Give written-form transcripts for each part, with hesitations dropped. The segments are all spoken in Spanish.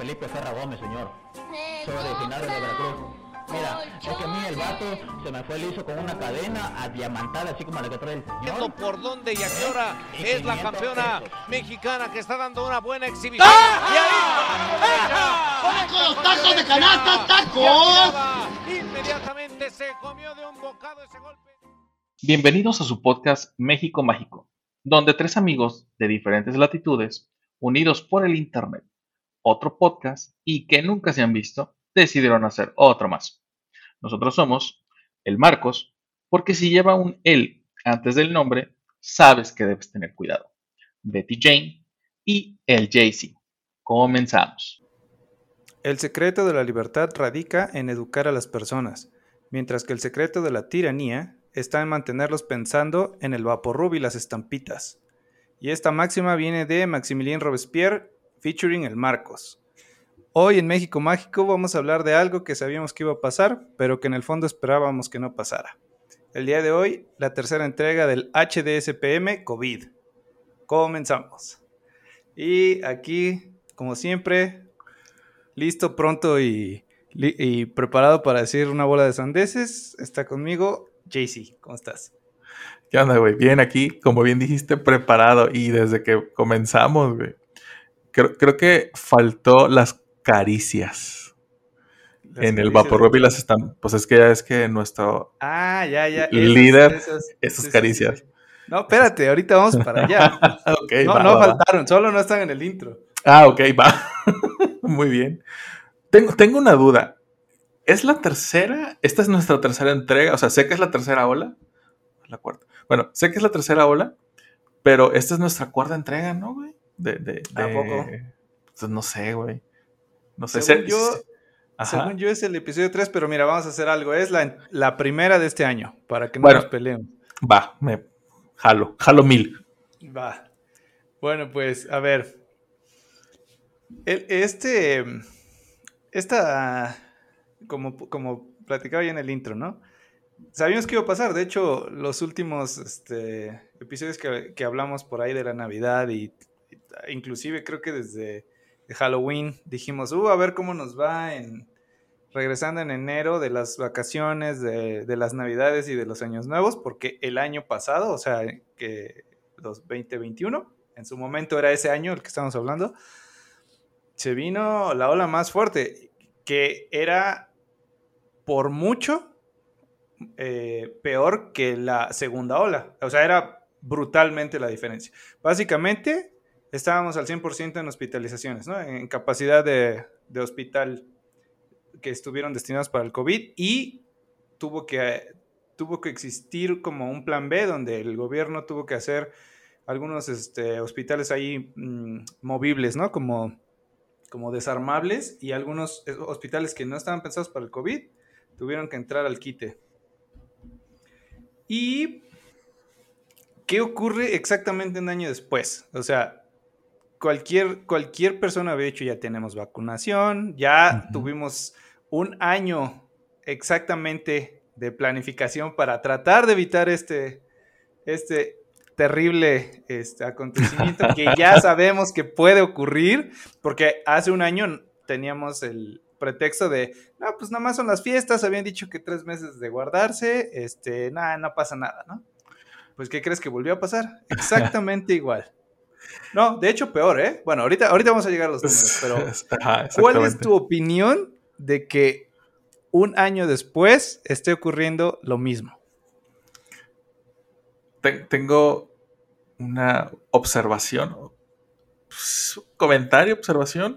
Felipe Ferra Gómez, señor. Soy originario de Veracruz. Mira, es que a mí el vato se me fue liso con una cadena adiamantada, así como la que trae el señor. ¿Por dónde y a qué hora Y es la 500 campeona pesos. mexicana que está dando una buena exhibición? ¡Ah! ¡Con los tacos de canasta, tacos! Inmediatamente se comió de un bocado ese golpe. Bienvenidos a su podcast México Mágico, donde tres amigos de diferentes latitudes, unidos por el internet, otro podcast y que nunca se han visto, decidieron hacer otro más. Nosotros somos el Marcos, porque si lleva un él antes del nombre, sabes que debes tener cuidado. Betty Jane y el Jay-Z. Comenzamos. El secreto de la libertad radica en educar a las personas, mientras que el secreto de la tiranía está en mantenerlos pensando en el vaporrub y las estampitas. Y esta máxima viene de Maximilien Robespierre, featuring el Marcos. Hoy en México Mágico vamos a hablar de algo que sabíamos que iba a pasar, pero que en el fondo esperábamos que no pasara. El día de hoy, la tercera entrega del HDSPM COVID. Comenzamos. Y aquí, como siempre, listo, pronto y preparado para decir una bola de sandeces, está conmigo Jay-Z. ¿Cómo estás? ¿Qué onda, güey? Bien aquí, como bien dijiste, preparado. Y desde que comenzamos, güey, creo que faltó las caricias en el vaporrub y las están. Pues es que ya es que nuestro ya. líder, Esas esas caricias. Sí. No, espérate, ahorita vamos para allá. Ok, no va. faltaron, solo no están en el intro. Ah, ok, va. Muy bien. Tengo una duda. ¿Es la tercera? ¿Esta es nuestra tercera entrega? O sea, sé que es la tercera ola. La cuarta. Bueno, sé que es la tercera ola, pero esta es nuestra cuarta entrega, ¿no, güey? ¿A poco? Pues no sé, güey. No sé. Según yo es el episodio 3, pero mira, vamos a hacer algo. Es la primera de este año, para que no nos peleemos. Va, me jalo 1000. Va. Bueno, pues, a ver. Como platicaba ya en el intro, ¿no? Sabíamos que iba a pasar. De hecho, los últimos episodios que hablamos por ahí de la Navidad y inclusive creo que desde Halloween dijimos, a ver cómo nos va regresando en enero de las vacaciones, de las Navidades y de los años nuevos, porque el año pasado, o sea, que los 2021, en su momento era ese año el que estamos hablando, se vino la ola más fuerte, que era por mucho peor que la segunda ola. O sea, era brutalmente la diferencia. Básicamente, estábamos al 100% en hospitalizaciones, ¿no? En capacidad de hospital que estuvieron destinados para el COVID, y tuvo que existir como un plan B donde el gobierno tuvo que hacer algunos hospitales ahí movibles, ¿no? Como desarmables, y algunos hospitales que no estaban pensados para el COVID tuvieron que entrar al quite. ¿Y qué ocurre exactamente un año después? O sea, cualquier persona había dicho, ya tenemos vacunación, ya tuvimos un año exactamente de planificación para tratar de evitar este terrible acontecimiento que ya sabemos que puede ocurrir, porque hace un año teníamos el pretexto de, no, pues nada más son las fiestas, habían dicho que 3 meses de guardarse, nada, no pasa nada, ¿no? Pues, ¿qué crees que volvió a pasar? Exactamente igual. No, de hecho peor, ¿eh? Bueno, ahorita vamos a llegar a los números, pero ¿cuál es tu opinión de que un año después esté ocurriendo lo mismo? Tengo una observación, observación,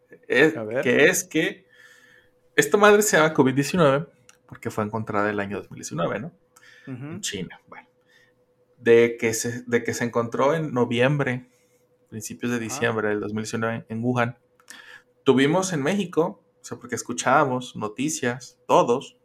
que esta madre se llama COVID-19 porque fue encontrada el año 2019, ¿no? En China. Bueno, de que se encontró en noviembre, principios de diciembre del 2019 en Wuhan. Tuvimos en México, o sea, porque escuchábamos noticias, todos,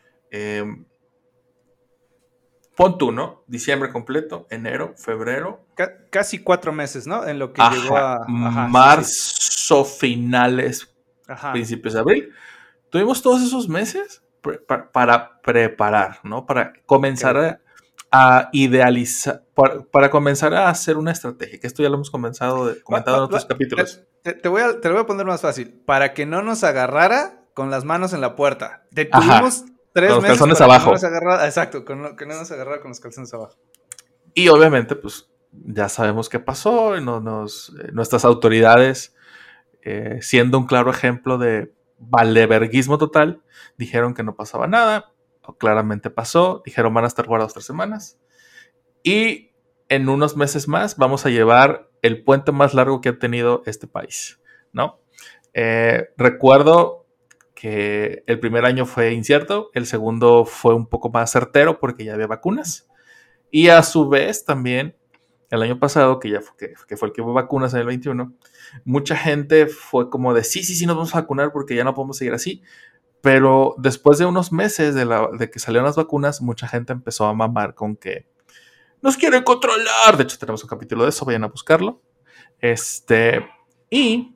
pon tú, ¿no? Diciembre completo, enero, febrero. Casi 4 meses, ¿no? En lo que llegó a... marzo, finales, principios de abril. Tuvimos todos esos meses para preparar, ¿no? Para comenzar a idealizar, para comenzar a hacer una estrategia, que esto ya lo hemos comentado en otros capítulos. te lo voy a poner más fácil. Para que no nos agarrara con las manos en la puerta. Tuvimos 3 con los meses calzones para abajo. que no nos agarrara, exacto, que no nos agarrara con los calzones abajo. Y obviamente, pues, ya sabemos qué pasó. Y nuestras autoridades, siendo un claro ejemplo de valeverguismo total, dijeron que no pasaba nada. O claramente pasó. Dijeron van a estar guardados 3 semanas. Y en unos meses más vamos a llevar el puente más largo que ha tenido este país, ¿no? Recuerdo que el primer año fue incierto, el segundo fue un poco más certero porque ya había vacunas. Y a su vez también, el año pasado, que fue el que hubo vacunas en el 21, mucha gente fue como de sí, nos vamos a vacunar porque ya no podemos seguir así. Pero después de unos meses de que salieron las vacunas, mucha gente empezó a mamar con que nos quieren controlar. De hecho, tenemos un capítulo de eso, vayan a buscarlo. Y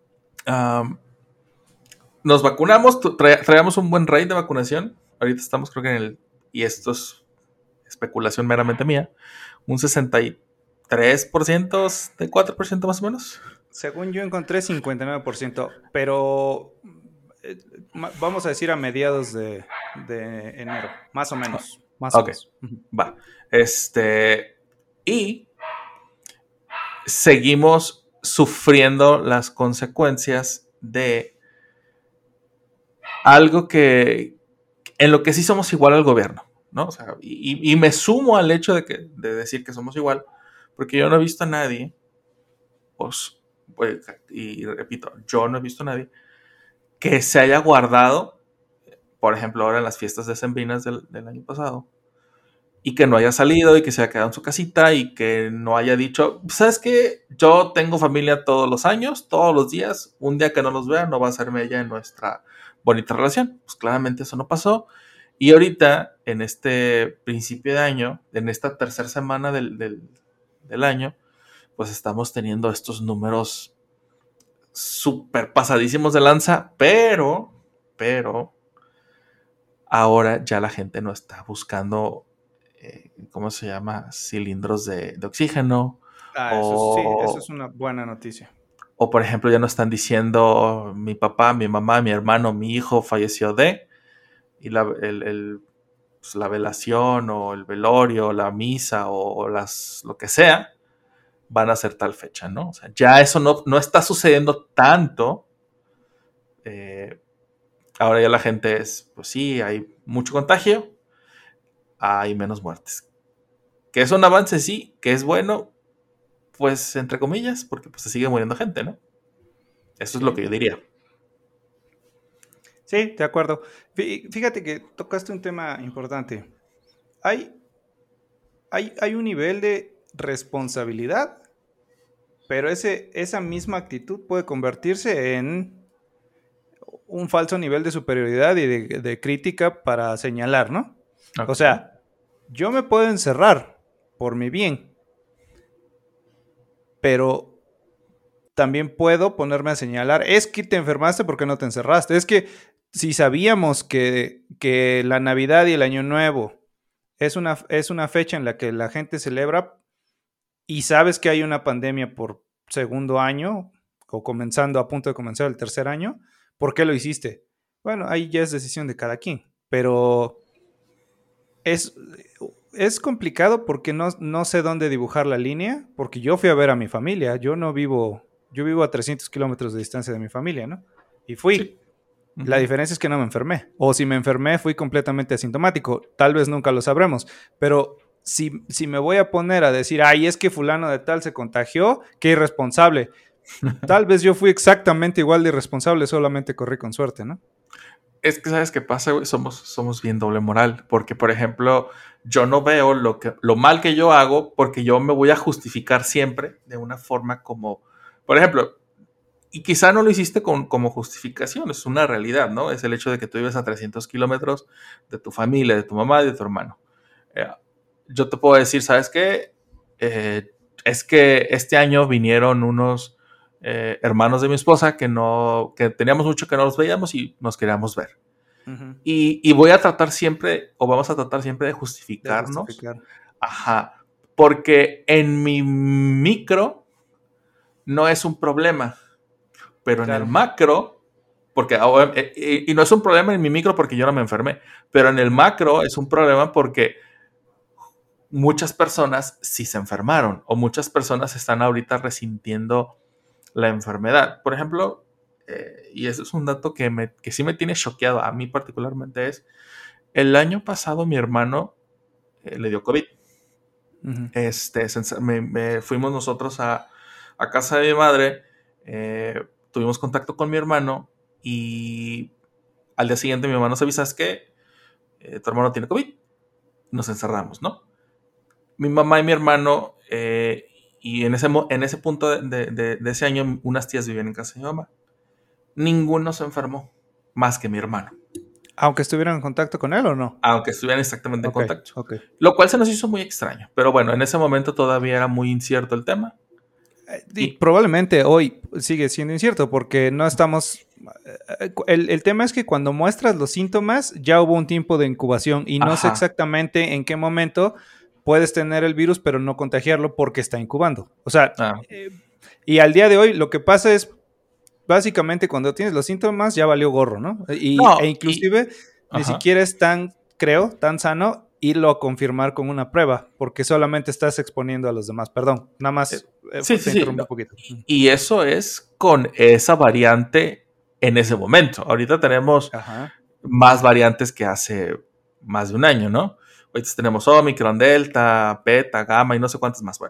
nos vacunamos, traíamos un buen rate de vacunación. Ahorita estamos, creo que y esto es especulación meramente mía, un 63%, 4% más o menos. Según yo encontré 59%, pero vamos a decir a mediados de enero, más o menos. Más o menos. Va. Y seguimos sufriendo las consecuencias de algo en lo que sí somos igual al gobierno, ¿no? O sea, y me sumo al hecho de decir que somos igual, porque yo no he visto a nadie, y repito, yo no he visto a nadie que se haya guardado, por ejemplo, ahora en las fiestas decembrinas del año pasado, y que no haya salido y que se haya quedado en su casita y que no haya dicho, ¿sabes qué? Yo tengo familia todos los años, todos los días, un día que no los vea no va a ser mella en nuestra bonita relación. Pues claramente eso no pasó. Y ahorita, en este principio de año, en esta tercera semana del año, pues estamos teniendo estos números súper pasadísimos de lanza, pero ahora ya la gente no está buscando, ¿cómo se llama? Cilindros de oxígeno. Eso es una buena noticia. O, por ejemplo, ya no están diciendo mi papá, mi mamá, mi hermano, mi hijo falleció y la velación o el velorio, la misa o lo que sea, van a ser tal fecha, ¿no? O sea, ya eso no está sucediendo tanto. Ahora ya la gente pues sí, hay mucho contagio, hay menos muertes. Que es un avance, sí, que es bueno, pues entre comillas, porque pues se sigue muriendo gente, ¿no? Eso es lo que yo diría. Sí, de acuerdo. Fíjate que tocaste un tema importante. Hay un nivel de responsabilidad, pero esa misma actitud puede convertirse en un falso nivel de superioridad y de crítica para señalar, ¿no? Okay. O sea, yo me puedo encerrar por mi bien, pero también puedo ponerme a señalar, es que te enfermaste porque no te encerraste, es que si sabíamos que la Navidad y el Año Nuevo es una fecha en la que la gente celebra y sabes que hay una pandemia por segundo año o a punto de comenzar el tercer año, ¿por qué lo hiciste? Bueno, ahí ya es decisión de cada quien, pero es complicado porque no sé dónde dibujar la línea, porque yo fui a ver a mi familia, yo vivo a 300 kilómetros de distancia de mi familia, ¿no? Y fui. Sí. Uh-huh. La diferencia es que no me enfermé. O si me enfermé, fui completamente asintomático. Tal vez nunca lo sabremos. Pero si me voy a poner a decir, ay, es que fulano de tal se contagió, qué irresponsable. Tal vez yo fui exactamente igual de irresponsable, solamente corrí con suerte, ¿no? Es que, ¿sabes qué pasa, güey? Somos bien doble moral. Porque, por ejemplo, yo no veo lo mal que yo hago porque yo me voy a justificar siempre de una forma como... Por ejemplo, y quizá no lo hiciste como justificación, es una realidad, ¿no? Es el hecho de que tú vives a 300 kilómetros de tu familia, de tu mamá y de tu hermano. Yo te puedo decir, ¿sabes qué? Es que este año vinieron unos hermanos de mi esposa que teníamos mucho que no los veíamos y nos queríamos ver. Uh-huh. Y voy a tratar siempre, o vamos a tratar siempre de justificarnos. Ajá. Porque en mi micro no es un problema, Pero Claro. en el macro, porque y no es un problema en mi micro porque yo no me enfermé, pero en el macro es un problema porque muchas personas sí se enfermaron o muchas personas están ahorita resintiendo la enfermedad. Por ejemplo, y eso es un dato que sí me tiene choqueado a mí particularmente, es el año pasado mi hermano le dio COVID. Uh-huh. Fuimos nosotros a casa de mi madre, tuvimos contacto con mi hermano y al día siguiente mi hermano nos avisa que tu hermano tiene COVID. Nos encerramos, ¿no? Mi mamá y mi hermano, y en ese punto de ese año, unas tías vivían en casa de mi mamá. Ninguno se enfermó, más que mi hermano. ¿Aunque estuvieran en contacto con él o no? Aunque estuvieran exactamente en contacto. Okay. Lo cual se nos hizo muy extraño. Pero bueno, en ese momento todavía era muy incierto el tema. Y probablemente hoy sigue siendo incierto porque no estamos... El tema es que cuando muestras los síntomas ya hubo un tiempo de incubación y no sé exactamente en qué momento puedes tener el virus pero no contagiarlo porque está incubando. O sea, y al día de hoy lo que pasa es básicamente cuando tienes los síntomas ya valió gorro, ¿no? E inclusive ni siquiera es tan sano irlo a confirmar con una prueba, porque solamente estás exponiendo a los demás. Perdón, nada más un poquito. Y eso es con esa variante en ese momento. Ahorita tenemos más variantes que hace más de un año, ¿no? Ahorita tenemos Omicron, Delta, Beta, Gamma y no sé cuántas más. Bueno,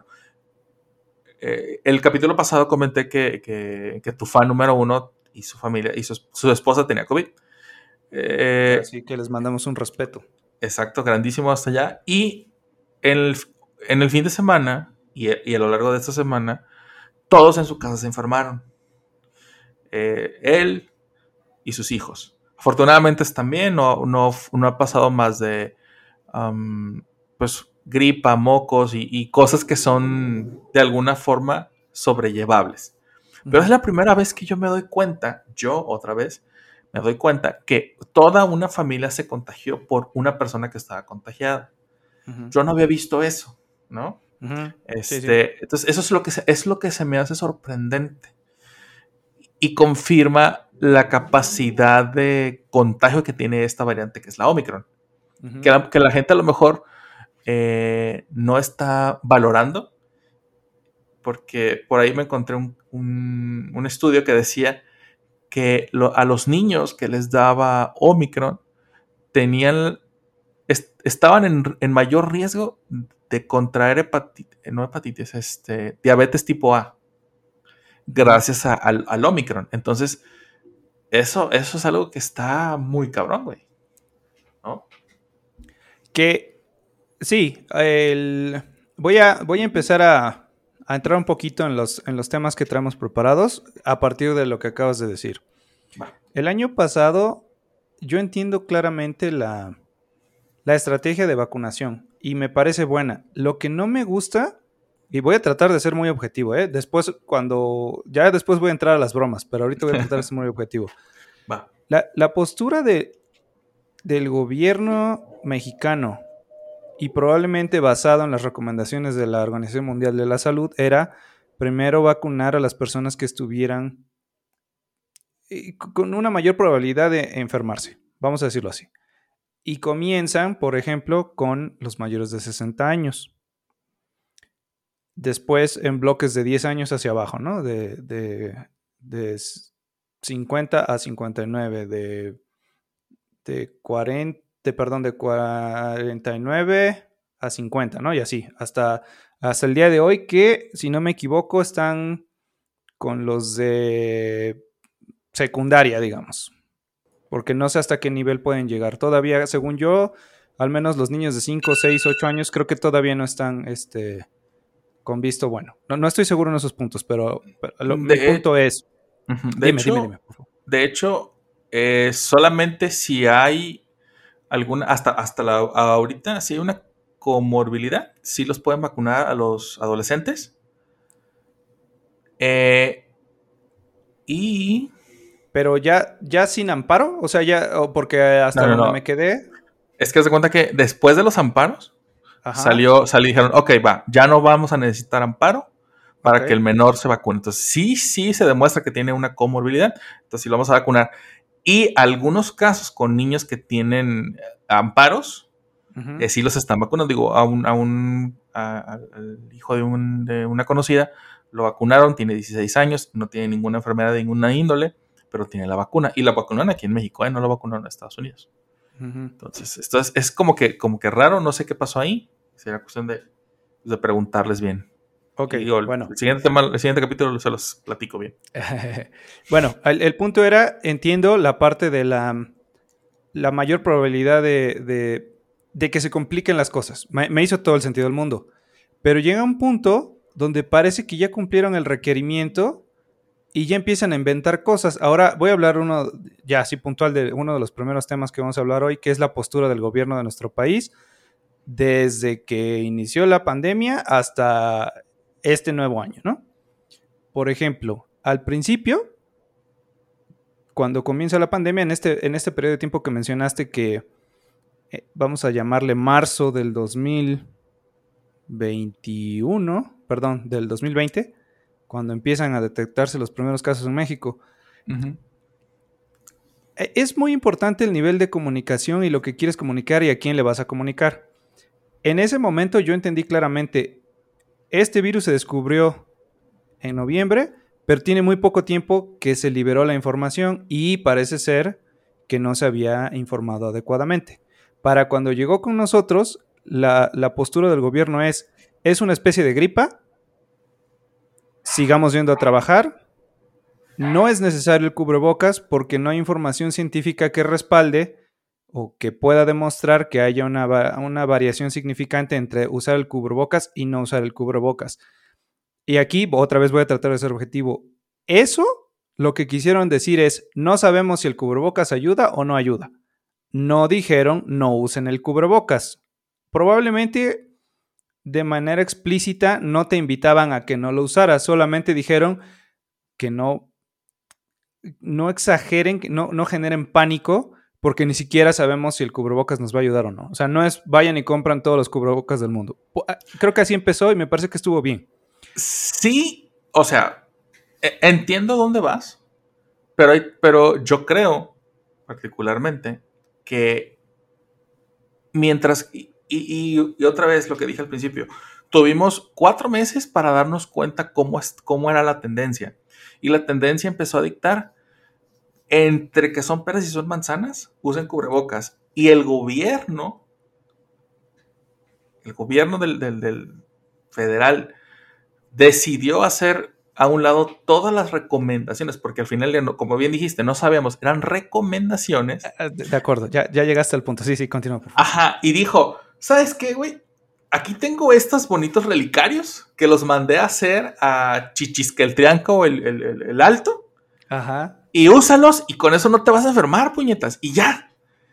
el capítulo pasado comenté que tu fan número 1 y su familia y su esposa tenía COVID. Así que les mandamos un respeto. Exacto, grandísimo hasta allá. Y en el fin de semana y a lo largo de esta semana, todos en su casa se enfermaron. Él y sus hijos. Afortunadamente están bien, no ha pasado más de pues gripa, mocos y cosas que son de alguna forma sobrellevables. Pero es la primera vez que yo me doy cuenta, que toda una familia se contagió por una persona que estaba contagiada. Uh-huh. Yo no había visto eso, ¿no? Uh-huh. Sí. Entonces, eso es lo que se me hace sorprendente. Y confirma la capacidad de contagio que tiene esta variante, que es la Omicron. Uh-huh. Que la gente a lo mejor no está valorando, porque por ahí me encontré un estudio que decía que a los niños que les daba Omicron estaban en mayor riesgo de contraer diabetes tipo A, gracias al Omicron. Entonces, eso es algo que está muy cabrón, güey, ¿no? Que sí, voy a empezar a entrar un poquito en los temas que traemos preparados a partir de lo que acabas de decir. El año pasado yo entiendo claramente la estrategia de vacunación y me parece buena. Lo que no me gusta, y voy a tratar de ser muy objetivo, después voy a entrar a las bromas, pero ahorita voy a tratar de ser muy objetivo. La postura del gobierno mexicano y probablemente basado en las recomendaciones de la Organización Mundial de la Salud, era primero vacunar a las personas que estuvieran con una mayor probabilidad de enfermarse, vamos a decirlo así. Y comienzan, por ejemplo, con los mayores de 60 años. Después en bloques de 10 años hacia abajo, ¿no? De 50 a 59, de 49 a 50, ¿no? Y así, hasta el día de hoy, que si no me equivoco están con los de secundaria, digamos. Porque no sé hasta qué nivel pueden llegar. Todavía, según yo, al menos los niños de 5, 6, 8 años creo que todavía no están con visto bueno. No estoy seguro en esos puntos, pero mi punto es... Dime, por favor. De hecho, solamente si hay alguna, hasta ahorita, si hay una comorbilidad, sí los pueden vacunar a los adolescentes. Pero ya sin amparo, o sea, porque hasta donde me quedé. Es que se cuenta que después de los amparos, dijeron, ok, ya no vamos a necesitar amparo, para que el menor se vacune. Entonces, sí se demuestra que tiene una comorbilidad, entonces sí lo vamos a vacunar. Y algunos casos con niños que tienen amparos, sí los están vacunando. Digo, al hijo de una conocida lo vacunaron, tiene 16 años, no tiene ninguna enfermedad de ninguna índole, pero tiene la vacuna. Y la vacunaron aquí en México, no la vacunaron en Estados Unidos. Entonces, esto es como que raro, no sé qué pasó ahí. Sería cuestión de preguntarles bien. Ok, bueno. El siguiente capítulo se los platico bien. Bueno, el punto era, entiendo la parte de la mayor probabilidad de que se compliquen las cosas. Me hizo todo el sentido del mundo. Pero llega un punto donde parece que ya cumplieron el requerimiento y ya empiezan a inventar cosas. Ahora voy a hablar ya así puntual de uno de los primeros temas que vamos a hablar hoy, que es la postura del gobierno de nuestro país desde que inició la pandemia hasta este nuevo año, ¿no? Por ejemplo, al principio, cuando comienza la pandemia, en este periodo de tiempo que mencionaste que vamos a llamarle marzo del 2020, cuando empiezan a detectarse los primeros casos en México. Es muy importante el nivel de comunicación y lo que quieres comunicar y a quién le vas a comunicar. En ese momento yo entendí claramente, este virus se descubrió en noviembre, pero tiene muy poco tiempo que se liberó la información y parece ser que no se había informado adecuadamente. Para cuando llegó con nosotros, la postura del gobierno es una especie de gripa, sigamos yendo a trabajar, no es necesario el cubrebocas porque no hay información científica que respalde o que pueda demostrar que haya una variación significante entre usar el cubrebocas y no usar el cubrebocas. Y aquí otra vez voy a tratar de ser objetivo. Eso, lo que quisieron decir es, no sabemos si el cubrebocas ayuda o no ayuda. No dijeron, no usen el cubrebocas. Probablemente de manera explícita no te invitaban a que no lo usaras, solamente dijeron que no exageren, no generen pánico, porque ni siquiera sabemos si el cubrebocas nos va a ayudar o no. O sea, no es vayan y compran todos los cubrebocas del mundo. Creo que así empezó y me parece que estuvo bien. Sí, o sea, entiendo dónde vas, pero yo creo particularmente que mientras, y otra vez lo que dije al principio, tuvimos 4 meses para darnos cuenta cómo era la tendencia. Y la tendencia empezó a dictar entre que son peras y son manzanas, usen cubrebocas. Y el gobierno del federal decidió hacer a un lado todas las recomendaciones, porque al final, como bien dijiste, no sabíamos, eran recomendaciones. De acuerdo, ya llegaste al punto. Sí, continúa. Por favor. Ajá, y dijo, ¿sabes qué, güey? Aquí tengo estos bonitos relicarios que los mandé a hacer a Chichisqueltrianco, el Alto. Ajá. Y úsalos y con eso no te vas a enfermar, puñetas. Y ya.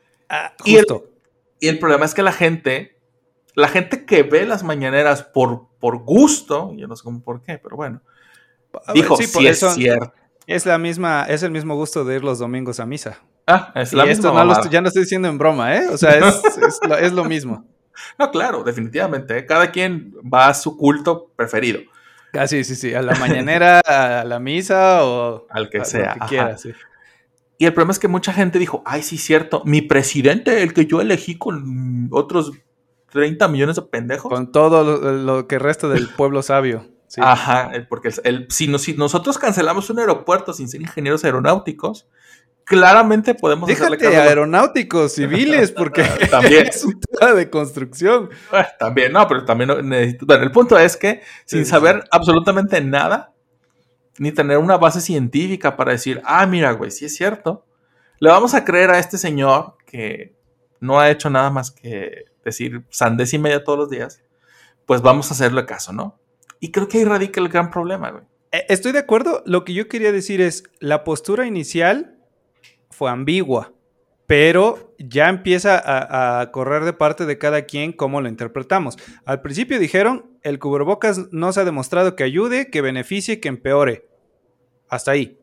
Justo. Y el problema es que la gente que ve las mañaneras por gusto, yo no sé cómo por qué, pero bueno, dijo, sí es cierto. Es el mismo gusto de ir los domingos a misa. Es la misma ya no estoy diciendo en broma, ¿eh? O sea, es lo mismo. No, claro, definitivamente, ¿eh? Cada quien va a su culto preferido. Sí, a la mañanera, a la misa o al que sea. Lo que quiera, sí. Y el problema es que mucha gente dijo, ay, sí, cierto, mi presidente, el que yo elegí con otros 30 millones de pendejos. Con todo lo que resta del pueblo sabio. Sí. Ajá, porque si nosotros cancelamos un aeropuerto sin ser ingenieros aeronáuticos, claramente podemos hacerle caso a aeronáuticos civiles, porque también es un tema de construcción. También, no, pero también necesito. Bueno, el punto es que sin saber absolutamente nada, ni tener una base científica para decir, mira, güey, sí es cierto, le vamos a creer a este señor que no ha hecho nada más que decir sandez y media todos los días, pues vamos a hacerle caso, ¿no? Y creo que ahí radica el gran problema, güey. Estoy de acuerdo. Lo que yo quería decir es, la postura inicial fue ambigua, pero ya empieza a correr de parte de cada quien cómo lo interpretamos. Al principio dijeron, el cubrebocas no se ha demostrado que ayude, que beneficie, que empeore. Hasta ahí.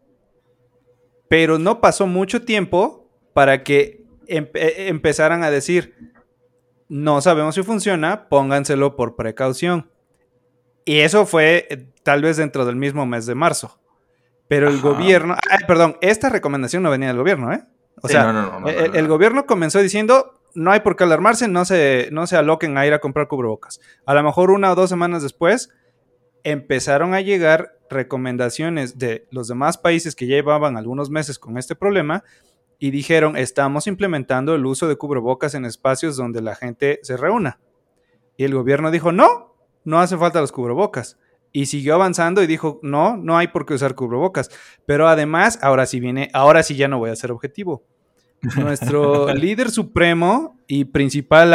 Pero no pasó mucho tiempo para que empezaran a decir, no sabemos si funciona, pónganselo por precaución. Y eso fue tal vez dentro del mismo mes de marzo. Pero el Ajá. gobierno... perdón, esta recomendación no venía del gobierno, ¿eh? O Sí, sea, no, el gobierno comenzó diciendo, no hay por qué alarmarse, no se aloquen a ir a comprar cubrebocas. A lo mejor 1 o 2 semanas después empezaron a llegar recomendaciones de los demás países que ya llevaban algunos meses con este problema y dijeron, estamos implementando el uso de cubrebocas en espacios donde la gente se reúna. Y el gobierno dijo, no hace falta los cubrebocas. Y siguió avanzando y dijo, no hay por qué usar cubrebocas. Pero además, ahora sí ya no voy a ser objetivo. Nuestro líder supremo y principal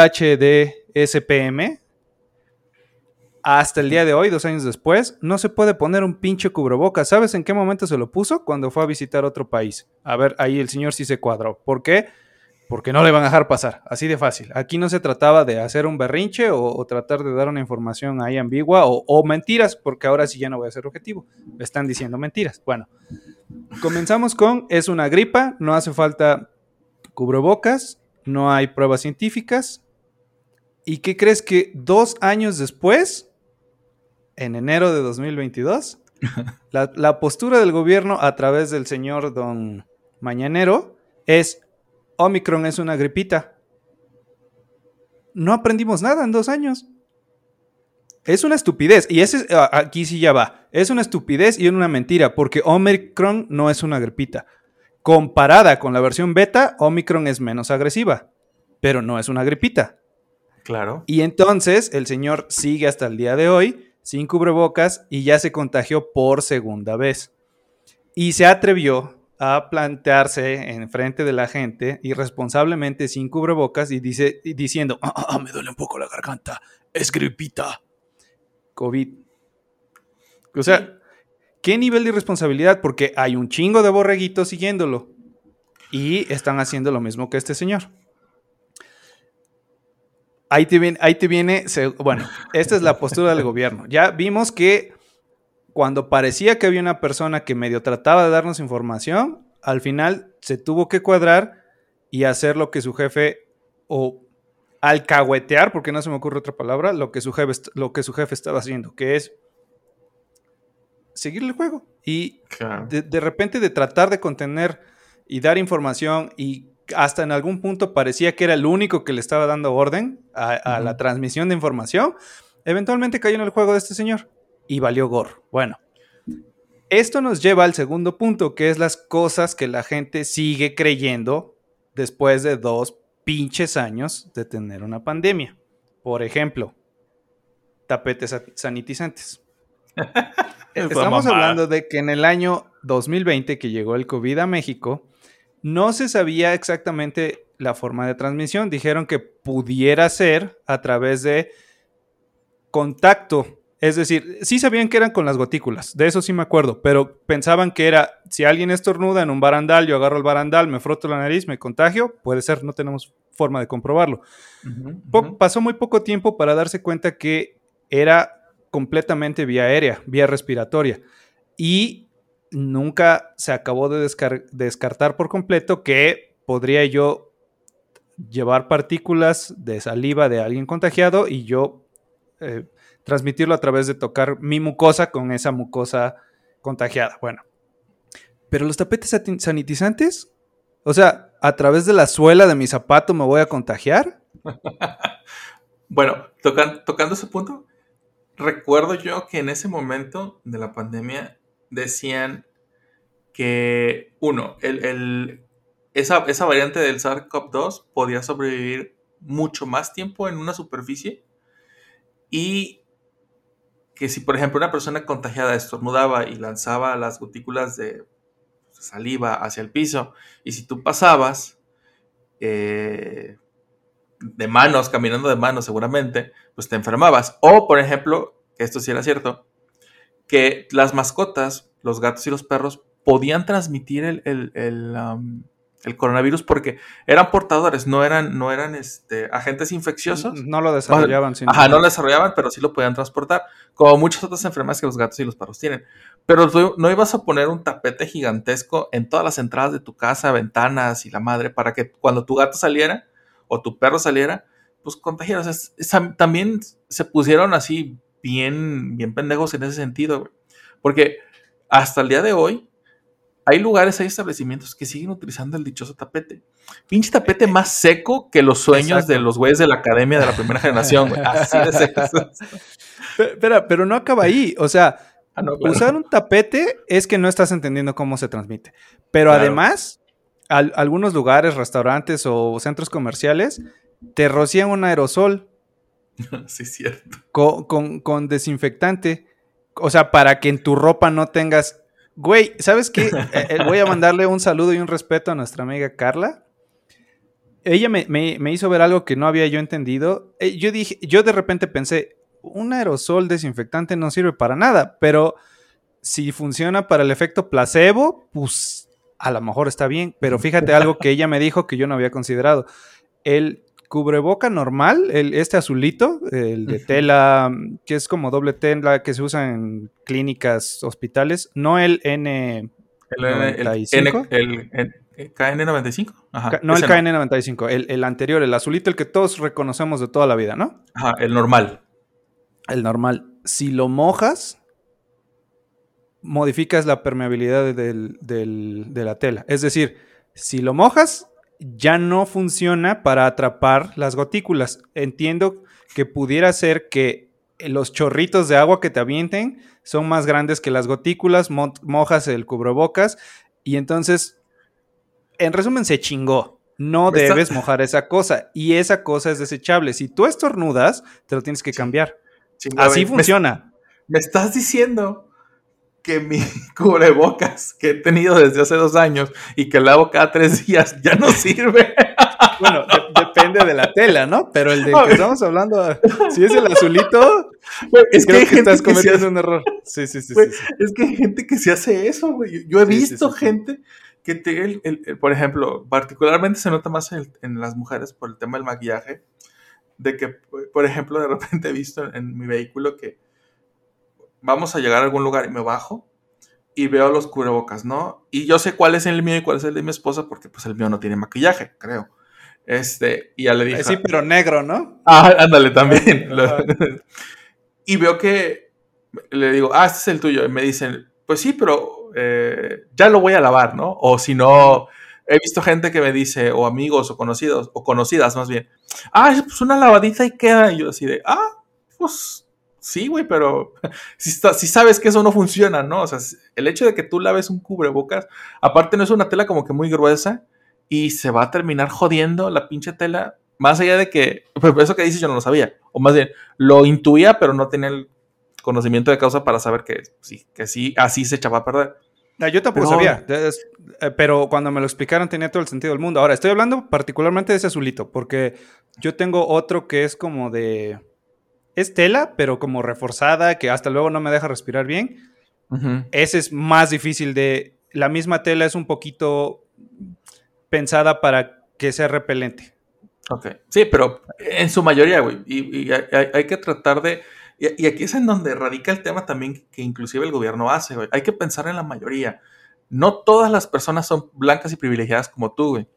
HDSPM, hasta el día de hoy, 2 años después, no se puede poner un pinche cubrebocas. ¿Sabes en qué momento se lo puso? Cuando fue a visitar otro país. A ver, ahí el señor sí se cuadró. ¿Por qué? Porque no le van a dejar pasar, así de fácil. Aquí no se trataba de hacer un berrinche o tratar de dar una información ahí ambigua o mentiras, porque ahora sí ya no voy a ser objetivo. Me están diciendo mentiras. Bueno, comenzamos con, es una gripa, no hace falta cubrebocas, no hay pruebas científicas. ¿Y qué crees que 2 años después, en enero de 2022, la postura del gobierno a través del señor Don Mañanero es... Omicron es una gripita. No aprendimos nada en 2 años. Es una estupidez. Y aquí sí ya va. Es una estupidez y una mentira, porque Omicron no es una gripita. Comparada con la versión beta, Omicron es menos agresiva, pero no es una gripita. Claro. Y entonces el señor sigue hasta el día de hoy sin cubrebocas y ya se contagió por segunda vez. Y se atrevió a plantearse en frente de la gente irresponsablemente sin cubrebocas y diciendo, me duele un poco la garganta, es gripita, COVID. O sea, ¿qué nivel de irresponsabilidad? Porque hay un chingo de borreguitos siguiéndolo y están haciendo lo mismo que este señor. Ahí te viene, bueno, esta es la postura del gobierno. Ya vimos que cuando parecía que había una persona que medio trataba de darnos información, al final se tuvo que cuadrar y hacer lo que su jefe, o alcahuetear, porque no se me ocurre otra palabra, lo que su jefe estaba haciendo, que es seguir el juego. Y claro. de repente de tratar de contener y dar información, y hasta en algún punto parecía que era el único que le estaba dando orden a la transmisión de información, eventualmente cayó en el juego de este señor. Y valió gorro. Bueno, esto nos lleva al segundo punto, que es las cosas que la gente sigue creyendo después de 2 pinches años de tener una pandemia. Por ejemplo, tapetes sanitizantes. Estamos hablando de que en el año 2020, que llegó el COVID a México, no se sabía exactamente la forma de transmisión. Dijeron que pudiera ser a través de contacto. Es decir, sí sabían que eran con las gotículas, de eso sí me acuerdo, pero pensaban que era, si alguien estornuda en un barandal, yo agarro el barandal, me froto la nariz, me contagio, puede ser, no tenemos forma de comprobarlo. Pasó muy poco tiempo para darse cuenta que era completamente vía aérea, vía respiratoria, y nunca se acabó de descartar por completo que podría yo llevar partículas de saliva de alguien contagiado y yo... transmitirlo a través de tocar mi mucosa con esa mucosa contagiada. Bueno, pero los tapetes sanitizantes, o sea, a través de la suela de mi zapato me voy a contagiar. Bueno, tocando ese punto, recuerdo yo que en ese momento de la pandemia decían que, esa variante del SARS-CoV-2 podía sobrevivir mucho más tiempo en una superficie y que si, por ejemplo, una persona contagiada estornudaba y lanzaba las gotículas de saliva hacia el piso, y si tú pasabas de manos, caminando de manos seguramente, pues te enfermabas. O, por ejemplo, que esto sí era cierto, que las mascotas, los gatos y los perros, podían transmitir el coronavirus porque eran portadores, no eran agentes infecciosos. No lo desarrollaban. No lo desarrollaban, pero sí lo podían transportar, como muchas otras enfermedades que los gatos y los perros tienen. Pero tú no ibas a poner un tapete gigantesco en todas las entradas de tu casa, ventanas y la madre, para que cuando tu gato saliera o tu perro saliera, pues contagiaras. También se pusieron así bien pendejos en ese sentido, güey. Porque hasta el día de hoy hay lugares, hay establecimientos que siguen utilizando el dichoso tapete. Pinche tapete más seco que los sueños Exacto. de los güeyes de la academia de la primera generación, güey. Así de seco. Pero no acaba ahí. O sea, No, claro. usar un tapete es que no estás entendiendo cómo se transmite. Pero Claro. además, algunos lugares, restaurantes o centros comerciales te rocían un aerosol Sí, es cierto. con desinfectante. O sea, para que en tu ropa no tengas... Güey, ¿sabes qué? Voy a mandarle un saludo y un respeto a nuestra amiga Carla. Ella me hizo ver algo que no había yo entendido. Yo de repente pensé, un aerosol desinfectante no sirve para nada, pero si funciona para el efecto placebo, pues a lo mejor está bien. Pero fíjate algo que ella me dijo que yo no había considerado. El cubreboca normal, este azulito, el de tela, que es como doble tela que se usa en clínicas, hospitales, no el N95. El KN95. Ajá, No el ese KN95, el anterior, el azulito, el que todos reconocemos de toda la vida, ¿no? Ajá, el normal. El normal. Si lo mojas, modificas la permeabilidad de la tela. Es decir, si lo mojas, ya no funciona para atrapar las gotículas. Entiendo que pudiera ser que los chorritos de agua que te avienten son más grandes que las gotículas, mojas el cubrebocas y entonces, en resumen, se chingó. No debes mojar esa cosa y esa cosa es desechable. Si tú estornudas, te lo tienes que cambiar. Así funciona. Me estás diciendo que mi cubrebocas que he tenido desde hace 2 años y que lavo cada 3 días ya no sirve. Bueno, depende de la tela, ¿no? Pero el del que estamos hablando, si es el azulito, güey, es creo que que estás cometiendo un error. Sí. Güey, es que hay gente que se hace eso, güey. Yo he visto gente que te, por ejemplo, particularmente se nota más en las mujeres por el tema del maquillaje, de que, por ejemplo, de repente he visto en mi vehículo que vamos a llegar a algún lugar y me bajo y veo los cubrebocas, ¿no? Y yo sé cuál es el mío y cuál es el de mi esposa porque pues el mío no tiene maquillaje, creo. Y ya le dije... Sí, pero negro, ¿no? Ah, ándale, también. Y veo que le digo, este es el tuyo. Y me dicen, pues sí, pero ya lo voy a lavar, ¿no? O si no, he visto gente que me dice, o amigos, o conocidos, o conocidas más bien, pues una lavadita y queda. Y yo así de, pues... Sí, güey, pero si sabes que eso no funciona, ¿no? O sea, el hecho de que tú laves un cubrebocas, aparte no es una tela como que muy gruesa y se va a terminar jodiendo la pinche tela, más allá de que, pues eso que dices yo no lo sabía, o más bien, lo intuía, pero no tenía el conocimiento de causa para saber que sí, así se echaba a perder. Yo tampoco sabía, pero cuando me lo explicaron tenía todo el sentido del mundo. Ahora, estoy hablando particularmente de ese azulito, porque yo tengo otro que es como de... Es tela, pero como reforzada, que hasta luego no me deja respirar bien. Uh-huh. Ese es más difícil de... La misma tela es un poquito pensada para que sea repelente. Ok. Sí, pero en su mayoría, güey. Y hay que tratar de... Y aquí es en donde radica el tema también que inclusive el gobierno hace, güey. Hay que pensar en la mayoría. No todas las personas son blancas y privilegiadas como tú, güey.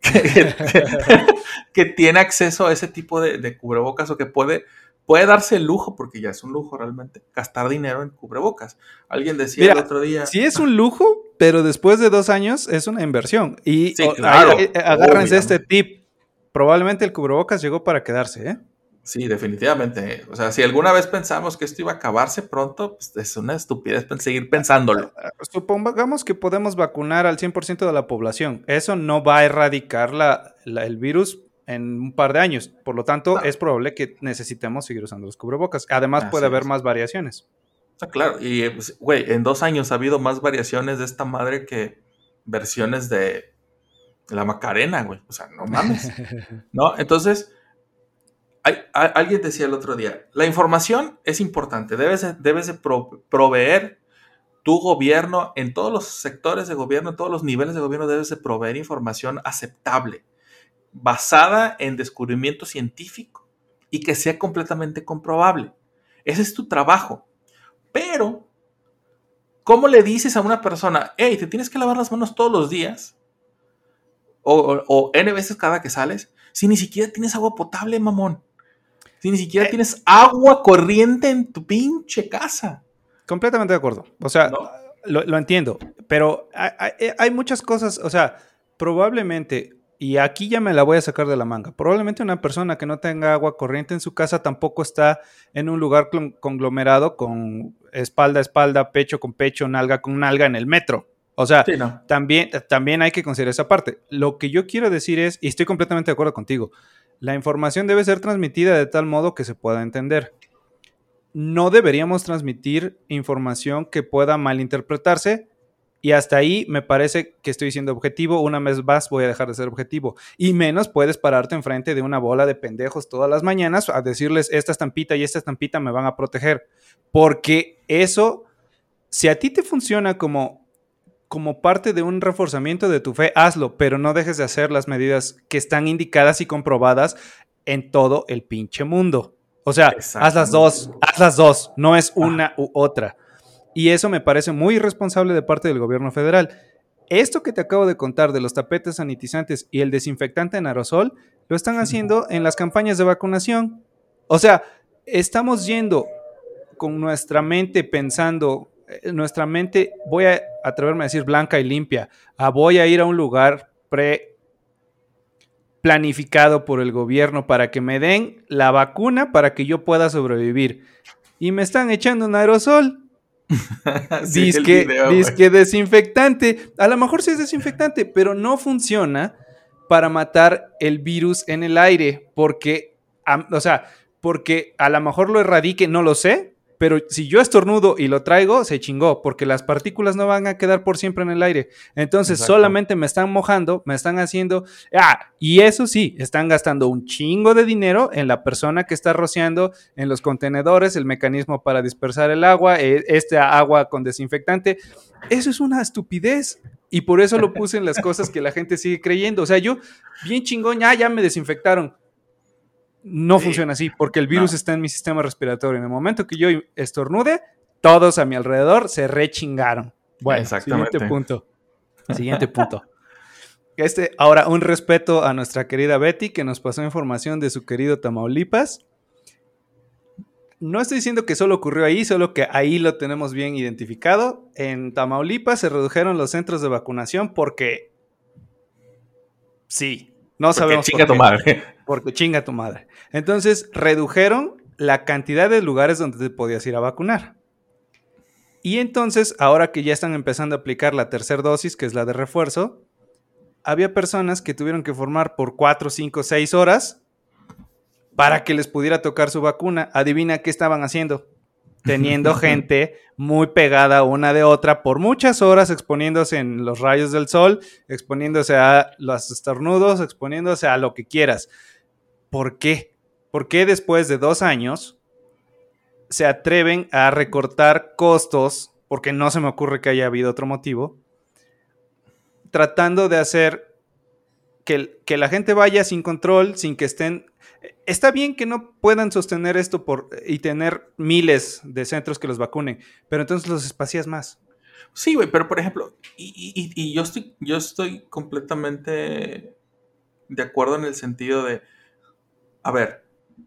Que tiene acceso a ese tipo de cubrebocas o que puede darse el lujo, porque ya es un lujo realmente, gastar dinero en cubrebocas. Alguien decía el otro día... Sí es un lujo, pero después de 2 años es una inversión. Y sí, claro, agárrense este tip. Probablemente el cubrebocas llegó para quedarse, ¿eh? Sí, definitivamente. O sea, si alguna vez pensamos que esto iba a acabarse pronto, pues es una estupidez seguir pensándolo. Supongamos que podemos vacunar al 100% de la población. Eso no va a erradicar el virus en un par de años. Por lo tanto, es probable que necesitemos seguir usando los cubrebocas. Además, puede haber más variaciones. Claro, y pues, güey, en 2 años ha habido más variaciones de esta madre que versiones de la Macarena, güey. O sea, no mames. ¿No? Entonces, alguien decía el otro día, la información es importante. Debes de proveer tu gobierno, en todos los sectores de gobierno, en todos los niveles de gobierno, debes de proveer información aceptable, basada en descubrimiento científico y que sea completamente comprobable. Ese es tu trabajo. Pero, ¿cómo le dices a una persona, hey, te tienes que lavar las manos todos los días? O N veces cada que sales, si ni siquiera tienes agua potable, mamón. Si ni siquiera tienes agua corriente en tu pinche casa. Completamente de acuerdo. O sea, ¿no? lo entiendo. Pero hay muchas cosas, o sea, probablemente, y aquí ya me la voy a sacar de la manga, probablemente una persona que no tenga agua corriente en su casa tampoco está en un lugar conglomerado con espalda a espalda, pecho con pecho, nalga con nalga en el metro. O sea, Sí, no. también hay que considerar esa parte. Lo que yo quiero decir es, y estoy completamente de acuerdo contigo, la información debe ser transmitida de tal modo que se pueda entender. No deberíamos transmitir información que pueda malinterpretarse, y hasta ahí me parece que estoy siendo objetivo. Una vez más voy a dejar de ser objetivo. Y menos puedes pararte enfrente de una bola de pendejos todas las mañanas a decirles esta estampita y esta estampita me van a proteger. Porque eso, si a ti te funciona como parte de un reforzamiento de tu fe, hazlo, pero no dejes de hacer las medidas que están indicadas y comprobadas en todo el pinche mundo. O sea, haz las dos, no es una u otra. Y eso me parece muy irresponsable de parte del gobierno federal. Esto que te acabo de contar de los tapetes sanitizantes y el desinfectante en aerosol, lo están haciendo en las campañas de vacunación. O sea, estamos yendo con nuestra mente pensando, nuestra mente, voy a atreverme a decir blanca y limpia, voy a ir a un lugar planificado por el gobierno para que me den la vacuna para que yo pueda sobrevivir. Y me están echando un aerosol. Sí, Disque desinfectante. A lo mejor sí es desinfectante, pero no funciona para matar el virus en el aire. Porque a lo mejor lo erradique, no lo sé. Pero si yo estornudo y lo traigo, se chingó, porque las partículas no van a quedar por siempre en el aire. Entonces, exacto, solamente me están mojando, me están haciendo... y eso sí, están gastando un chingo de dinero en la persona que está rociando, en los contenedores, el mecanismo para dispersar el agua, agua con desinfectante. Eso es una estupidez. Y por eso lo puse en las cosas que la gente sigue creyendo. O sea, yo, bien chingón, ya me desinfectaron. No funciona así, porque el virus está en mi sistema respiratorio. En el momento que yo estornude, todos a mi alrededor se rechingaron. Bueno, siguiente punto. Ahora, un respeto a nuestra querida Betty, que nos pasó información de su querido Tamaulipas. No estoy diciendo que solo ocurrió ahí, solo que ahí lo tenemos bien identificado. En Tamaulipas se redujeron los centros de vacunación porque... sí, no sabemos por qué. Tu madre. Porque chinga tu madre. Entonces, redujeron la cantidad de lugares donde te podías ir a vacunar. Y entonces, ahora que ya están empezando a aplicar la tercera dosis, que es la de refuerzo, había personas que tuvieron que formar por 4, 5, 6 horas para que les pudiera tocar su vacuna. Adivina qué estaban haciendo. Teniendo gente muy pegada una de otra por muchas horas, exponiéndose en los rayos del sol, exponiéndose a los estornudos, exponiéndose a lo que quieras. ¿Por qué? ¿Por qué después de 2 años se atreven a recortar costos? Porque no se me ocurre que haya habido otro motivo. Tratando de hacer que la gente vaya sin control, sin que estén... Está bien que no puedan sostener esto y tener miles de centros que los vacunen, pero entonces los espacias más. Sí, güey, pero por ejemplo, y yo estoy completamente de acuerdo en el sentido de, a ver,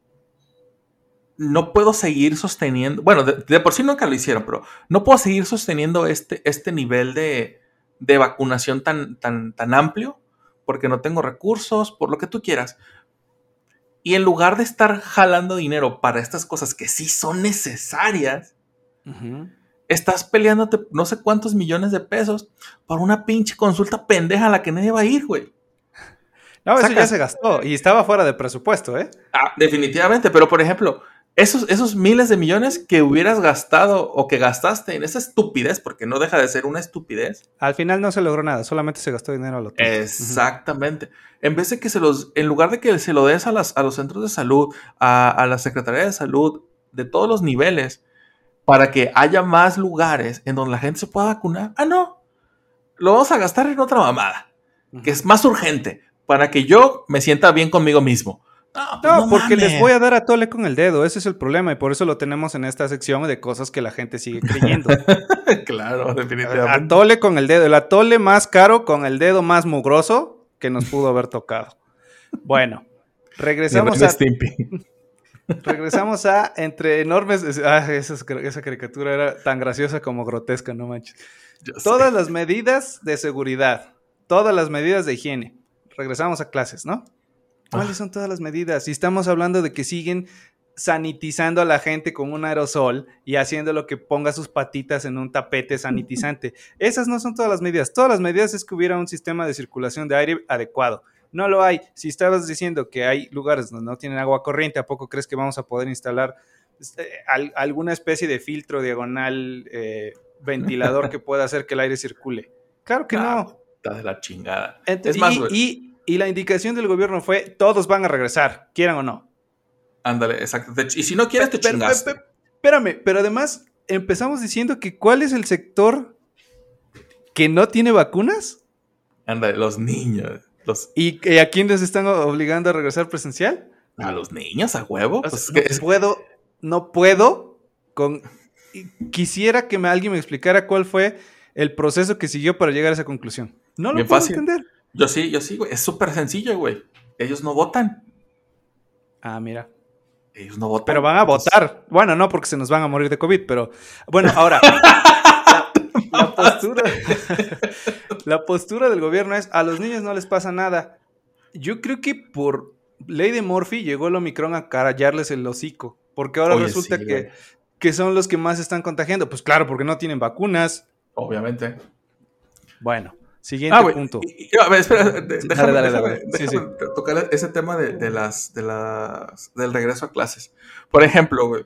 no puedo seguir sosteniendo, bueno, de por sí nunca lo hicieron, pero no puedo seguir sosteniendo este nivel de vacunación tan amplio, porque no tengo recursos, por lo que tú quieras. Y en lugar de estar jalando dinero para estas cosas que sí son necesarias, estás peleándote no sé cuántos millones de pesos por una pinche consulta pendeja a la que nadie va a ir, güey. No, eso ya se gastó y estaba fuera de presupuesto, ¿eh? Definitivamente, pero por ejemplo, esos miles de millones que hubieras gastado o que gastaste en esa estupidez, porque no deja de ser una estupidez. Al final no se logró nada, solamente se gastó dinero a lo tonto. Exactamente. En vez de que en lugar de que se lo des a los centros de salud, a la Secretaría de Salud, de todos los niveles, para que haya más lugares en donde la gente se pueda vacunar. No. Lo vamos a gastar en otra mamada, que es más urgente, para que yo me sienta bien conmigo mismo. No, porque les voy a dar a tole con el dedo. Ese es el problema y por eso lo tenemos en esta sección de cosas que la gente sigue creyendo. Claro, definitivamente. A tole con el dedo. El atole más caro con el dedo más mugroso que nos pudo haber tocado. Bueno, regresamos a... Regresamos a entre enormes... esa caricatura era tan graciosa como grotesca, no manches. Todas las medidas de seguridad, todas las medidas de higiene. Regresamos a clases, ¿no? ¿Cuáles son todas las medidas? Si estamos hablando de que siguen sanitizando a la gente con un aerosol y haciéndolo que ponga sus patitas en un tapete sanitizante. Esas no son todas las medidas. Todas las medidas es que hubiera un sistema de circulación de aire adecuado. No lo hay. Si estabas diciendo que hay lugares donde no tienen agua corriente, ¿a poco crees que vamos a poder instalar alguna especie de filtro diagonal ventilador que pueda hacer que el aire circule? Claro que no. Está de la chingada. Entonces, y la indicación del gobierno fue, todos van a regresar, quieran o no. Ándale, exacto. Y si no quieres, te chingaste. Espérame, pero además empezamos diciendo que ¿cuál es el sector que no tiene vacunas? Ándale, los niños. ¿Y a quiénes están obligando a regresar presencial? A los niños, a huevo. Pues no puedo. Quisiera que alguien me explicara cuál fue el proceso que siguió para llegar a esa conclusión. No lo puedo entender. Yo sí, güey. Es súper sencillo, güey. Ellos no votan. Ah, mira. Ellos no votan. Pero van a votar. Bueno, no, porque se nos van a morir de COVID, pero... Bueno, ahora... la postura del gobierno es, a los niños no les pasa nada. Yo creo que por ley de Murphy llegó el Omicron a carallarles el hocico. Porque ahora resulta que son los que más están contagiando. Pues claro, porque no tienen vacunas. Obviamente. Bueno, siguiente punto. A ver, espera, déjame tocar ese tema del regreso a clases. Por ejemplo, güey,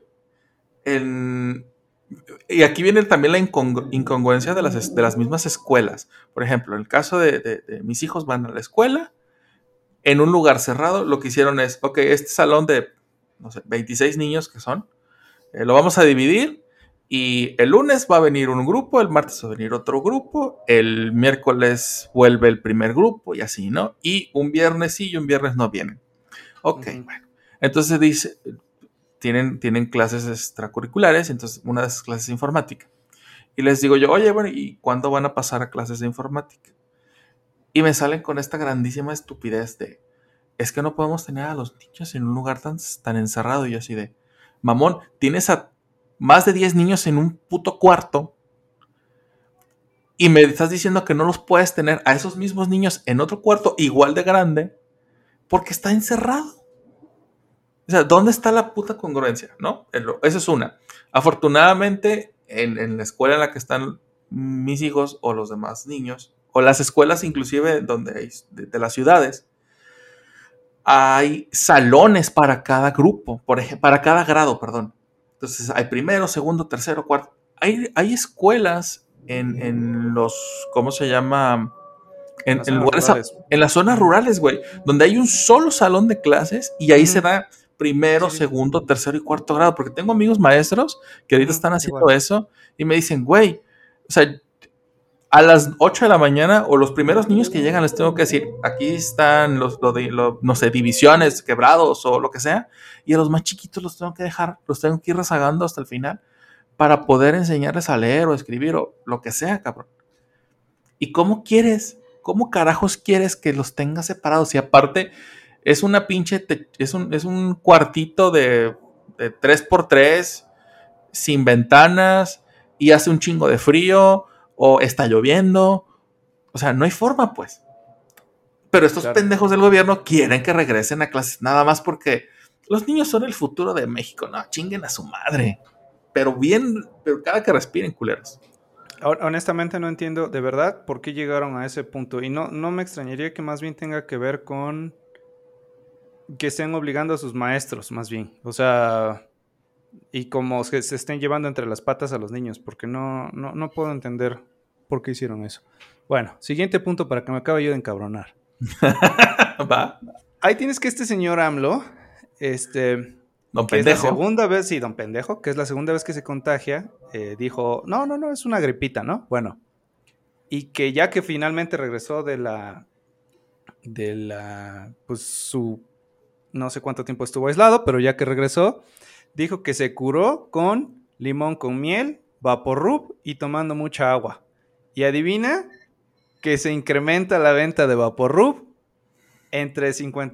y aquí viene también la incongruencia de las mismas escuelas. Por ejemplo, en el caso de mis hijos van a la escuela, en un lugar cerrado, lo que hicieron es, ok, este salón de, no sé, 26 niños que son, lo vamos a dividir. Y el lunes va a venir un grupo, el martes va a venir otro grupo, el miércoles vuelve el primer grupo y así, ¿no? Y un viernes sí y un viernes no vienen. Ok, bueno. Entonces dice, tienen clases extracurriculares, entonces una de esas clases de informática. Y les digo yo, oye, bueno, ¿y cuándo van a pasar a clases de informática? Y me salen con esta grandísima estupidez de, es que no podemos tener a los niños en un lugar tan encerrado. Y yo así de, mamón, tienes a más de 10 niños en un puto cuarto y me estás diciendo que no los puedes tener a esos mismos niños en otro cuarto igual de grande porque está encerrado. O sea, ¿dónde está la puta congruencia? ¿No? Esa es una. Afortunadamente, en la escuela en la que están mis hijos o los demás niños, o las escuelas inclusive donde hay, de las ciudades, hay salones para cada grupo, para cada grado, perdón. Entonces hay primero, segundo, tercero, cuarto. Hay escuelas en los, ¿cómo se llama? En lugares, en las zonas rurales, güey, donde hay un solo salón de clases y ahí se da primero, segundo, tercero y cuarto grado. Porque tengo amigos maestros que ahorita están haciendo eso y me dicen, güey, o sea, a las 8 de la mañana o los primeros niños que llegan les tengo que decir, aquí están no sé, divisiones, quebrados o lo que sea, y a los más chiquitos los tengo que dejar, los tengo que ir rezagando hasta el final para poder enseñarles a leer o escribir o lo que sea, cabrón. ¿Y cómo carajos quieres que los tengas separados? Y aparte es una pinche, es un cuartito de 3x3 sin ventanas y hace un chingo de frío o está lloviendo. O sea, no hay forma, pues. Pero estos pendejos del gobierno quieren que regresen a clases nada más porque los niños son el futuro de México. No, chinguen a su madre. Pero cada que respiren, culeros. Honestamente no entiendo de verdad por qué llegaron a ese punto. Y no me extrañaría que más bien tenga que ver con que estén obligando a sus maestros, más bien. O sea, y como que se estén llevando entre las patas a los niños, porque no puedo entender por qué hicieron eso. Bueno, siguiente punto para que me acabe yo de encabronar. Va. Ahí tienes que este señor AMLO, Don que Pendejo. es la segunda vez, sí, Don Pendejo, que es la segunda vez que se contagia, dijo, no, es una gripita, ¿no? Bueno, y que ya que finalmente regresó de la, pues su, no sé cuánto tiempo estuvo aislado, pero ya que regresó, dijo que se curó con limón con miel, Vaporub y tomando mucha agua. Y adivina que se incrementa la venta de Vaporub entre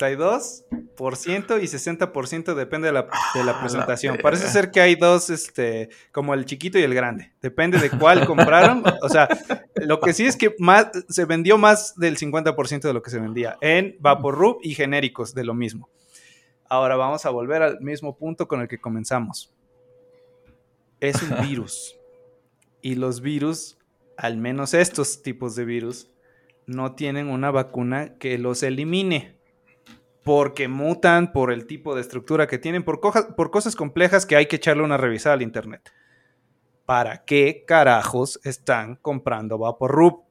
52% y 60% depende de la presentación. Parece ser que hay dos, como el chiquito y el grande. Depende de cuál compraron. O sea, lo que sí es que se vendió más del 50% de lo que se vendía en Vaporub y genéricos de lo mismo. Ahora vamos a volver al mismo punto con el que comenzamos. Es un virus. Y los virus, al menos estos tipos de virus, no tienen una vacuna que los elimine. Porque mutan por el tipo de estructura que tienen, por cosas complejas que hay que echarle una revisada al internet. ¿Para qué carajos están comprando Vaporub?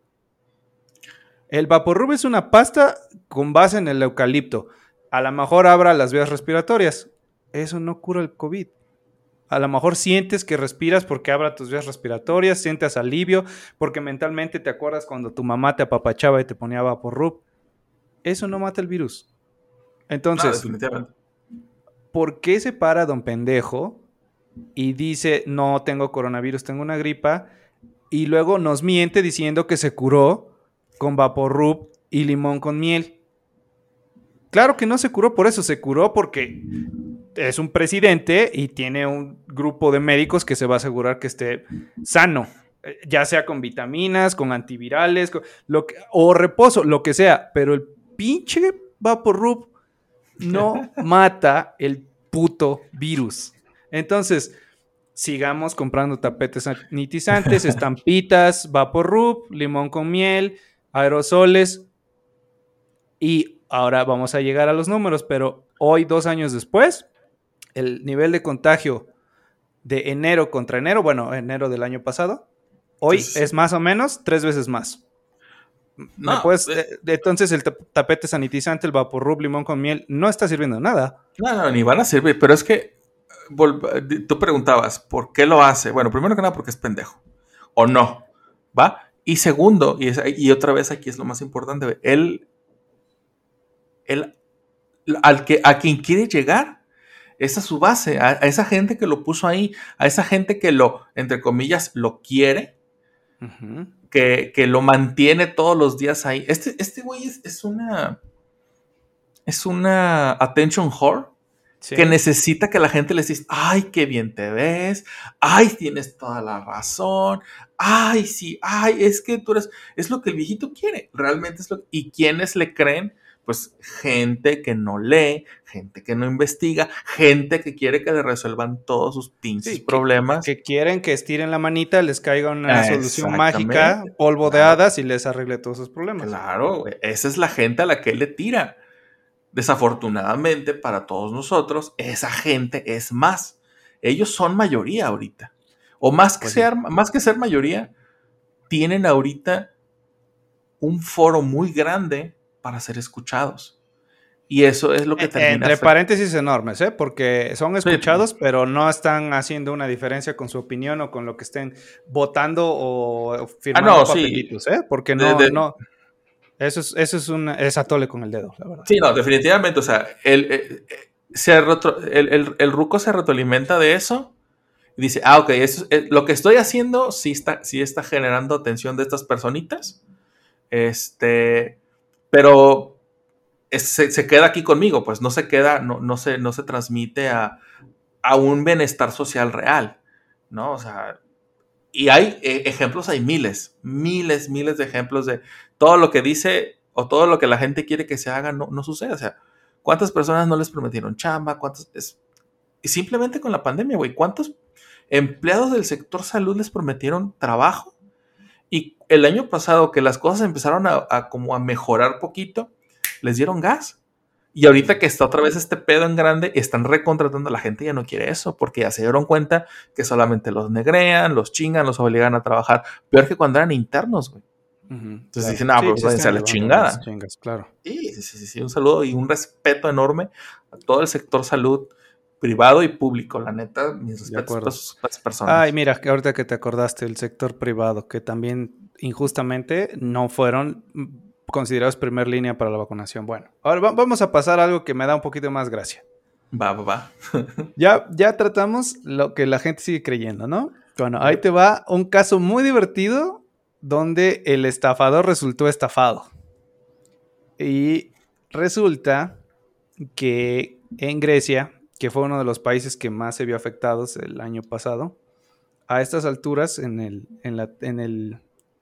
El Vaporub es una pasta con base en el eucalipto. A lo mejor abra las vías respiratorias. Eso no cura el COVID. A lo mejor sientes que respiras porque abra tus vías respiratorias, sientes alivio, porque mentalmente te acuerdas cuando tu mamá te apapachaba y te ponía Vaporub. Eso no mata el virus. Entonces, ¿por qué se para don pendejo y dice, no tengo coronavirus, tengo una gripa, y luego nos miente diciendo que se curó con Vaporub y limón con miel? Claro que no se curó por eso, se curó porque es un presidente y tiene un grupo de médicos que se va a asegurar que esté sano, ya sea con vitaminas, con antivirales, o reposo, lo que sea, pero el pinche Vaporub no mata el puto virus. Entonces, sigamos comprando tapetes sanitizantes, estampitas, Vaporub, limón con miel, aerosoles. Y ahora vamos a llegar a los números, pero hoy, 2 años después, el nivel de contagio de enero contra enero, bueno, enero del año pasado, hoy es más o menos 3 veces más. No, entonces el tapete sanitizante, el Vaporub, limón con miel, no está sirviendo de nada. No, ni van a servir, pero es que tú preguntabas, ¿por qué lo hace? Bueno, primero que nada, porque es pendejo. O no, ¿va? Y segundo, y otra vez aquí es lo más importante, a quien quiere llegar es a su base, a esa gente que lo puso ahí, a esa gente que lo, entre comillas, lo quiere, que lo mantiene todos los días ahí. Este güey es una attention whore. Sí. Que necesita que la gente le diga, ay, qué bien te ves, ay, tienes toda la razón, ay, sí, ay, es que tú es lo que el viejito quiere, realmente es lo. ¿Y quiénes le creen? Pues gente que no lee, gente que no investiga, gente que quiere que le resuelvan todos sus pinches problemas. Que quieren que estiren la manita, les caiga una solución mágica, polvo de hadas y les arregle todos sus problemas. Claro, esa es la gente a la que él le tira. Desafortunadamente para todos nosotros, esa gente es más. Ellos son mayoría ahorita. O más que ser mayoría, tienen ahorita un foro muy grande para ser escuchados. Y eso es lo que termina. Entre paréntesis enormes, porque son escuchados, pero no están haciendo una diferencia con su opinión o con lo que estén votando o firmando papelitos, porque no. Eso es atole con el dedo, la verdad. Sí, no, definitivamente, o sea, el ruco se retroalimenta de eso y dice, ok, eso, lo que estoy haciendo sí está generando atención de estas personitas, pero se queda aquí conmigo, pues no se queda, no se transmite a un bienestar social real, ¿no? O sea, y hay ejemplos, hay miles de ejemplos de todo lo que dice o todo lo que la gente quiere que se haga no sucede. O sea, ¿cuántas personas no les prometieron chamba? Y simplemente con la pandemia, güey, ¿cuántos empleados del sector salud les prometieron trabajo? Y el año pasado que las cosas empezaron a mejorar poquito, les dieron gas. Y ahorita que está otra vez este pedo en grande, están recontratando a la gente, ya no quiere eso, porque ya se dieron cuenta que solamente los negrean, los chingan, los obligan a trabajar. Peor que cuando eran internos, güey. Entonces dicen, pues váyanse a la chingada. Chingas, claro. Sí, un saludo y un respeto enorme a todo el sector salud privado y público. La neta, mis respetos a esas personas. Ay, mira, que ahorita que te acordaste, el sector privado, que también injustamente no fueron considerados primer línea para la vacunación. Bueno, ahora vamos a pasar a algo que me da un poquito más gracia. Va. Ya tratamos lo que la gente sigue creyendo, ¿no? Bueno, ahí te va un caso muy divertido donde el estafador resultó estafado. Y resulta que en Grecia, que fue uno de los países que más se vio afectados el año pasado, a estas alturas, en el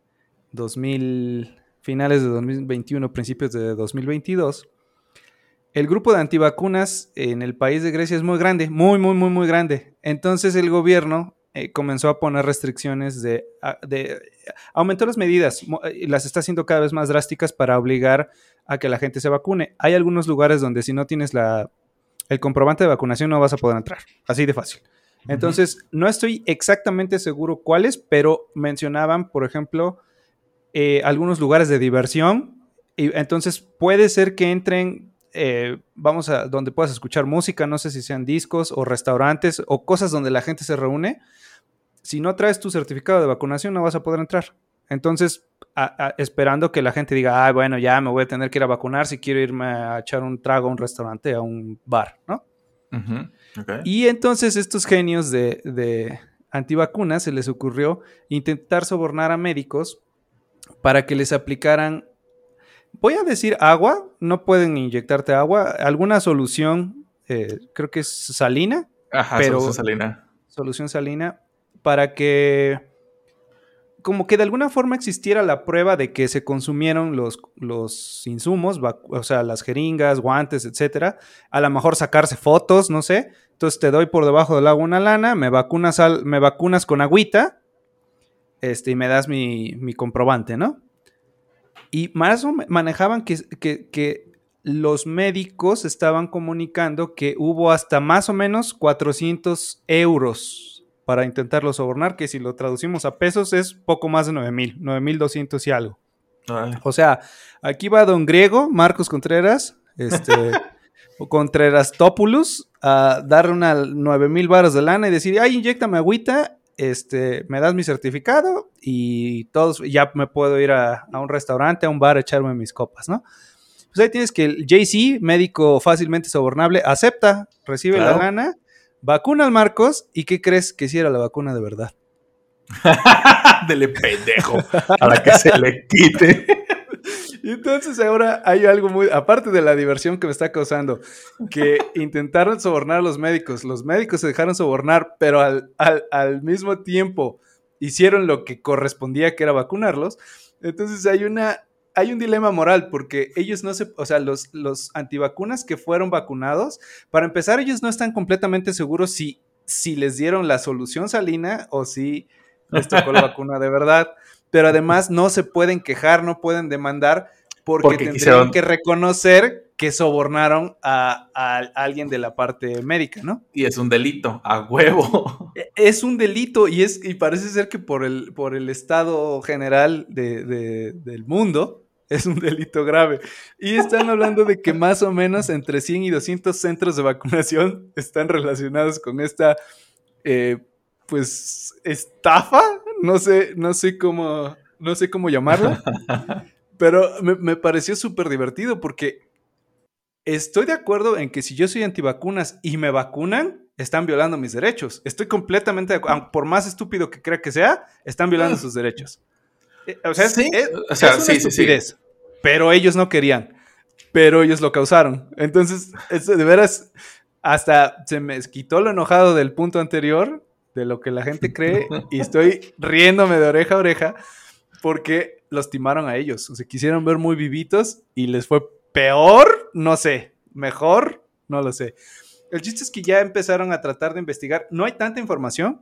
2000, finales de 2021, principios de 2022, el grupo de antivacunas en el país de Grecia es muy grande, muy, muy, muy, muy grande. Entonces el gobierno comenzó a poner restricciones aumentó las medidas, las está haciendo cada vez más drásticas para obligar a que la gente se vacune. Hay algunos lugares donde si no tienes el comprobante de vacunación no vas a poder entrar, así de fácil. Entonces, no estoy exactamente seguro cuáles, pero mencionaban, por ejemplo, algunos lugares de diversión. Y entonces puede ser que entren, vamos a donde puedas escuchar música, no sé si sean discos o restaurantes o cosas donde la gente se reúne. Si no traes tu certificado de vacunación no vas a poder entrar. Entonces, esperando que la gente diga, bueno, ya me voy a tener que ir a vacunar si quiero irme a echar un trago a un restaurante, a un bar, ¿no? Okay. Y entonces estos genios de antivacunas se les ocurrió intentar sobornar a médicos para que les aplicaran, voy a decir agua, no pueden inyectarte agua, alguna solución, creo que es salina. Ajá, pero solución salina, para que como que de alguna forma existiera la prueba de que se consumieron los insumos, o sea, las jeringas, guantes, etcétera. A lo mejor sacarse fotos, no sé. Entonces te doy por debajo del agua una lana, me vacunas con agüita, y me das mi comprobante, ¿no? Y más manejaban que los médicos estaban comunicando que hubo hasta más o menos 400 euros para intentarlo sobornar, que si lo traducimos a pesos es poco más de 9,200 y algo. Ay. O sea, aquí va don Griego, Marcos Contreras, o Contreras Topoulos, a dar 9,000 varos de lana y decir, inyéctame agüita, me das mi certificado y todos, ya me puedo ir a un restaurante, a un bar, a echarme mis copas, ¿no? Pues ahí tienes que el JC, médico fácilmente sobornable, acepta, recibe la lana, vacuna al Marcos, ¿y qué crees? Que sí era la vacuna de verdad. Dele pendejo, para que se le quite. Y entonces ahora hay algo muy, aparte de la diversión que me está causando, que intentaron sobornar a los médicos se dejaron sobornar, pero al mismo tiempo hicieron lo que correspondía, que era vacunarlos. Entonces hay un dilema moral, porque ellos los antivacunas que fueron vacunados, para empezar, ellos no están completamente seguros si les dieron la solución salina o si les tocó la vacuna de verdad. Pero además no se pueden quejar, no pueden demandar, porque tendrían que reconocer que sobornaron a alguien de la parte médica, ¿no? Y es un delito, a huevo. Es un delito y parece ser que por el estado general del mundo es un delito grave. Y están hablando de que más o menos entre 100 y 200 centros de vacunación están relacionados con esta, estafa. No sé cómo llamarla. Pero me pareció súper divertido porque estoy de acuerdo en que si yo soy antivacunas y me vacunan, están violando mis derechos. Estoy completamente de acuerdo. Por más estúpido que crea que sea, están violando sus derechos. O sea, sí, es una estupidez. Sí. Pero ellos no querían. Pero ellos lo causaron. Entonces, de veras, hasta se me quitó lo enojado del punto anterior, de lo que la gente cree, y estoy riéndome de oreja a oreja, porque los timaron a ellos. O sea, quisieron ver muy vivitos y les fue peor, no sé. Mejor, no lo sé. El chiste es que ya empezaron a tratar de investigar. No hay tanta información.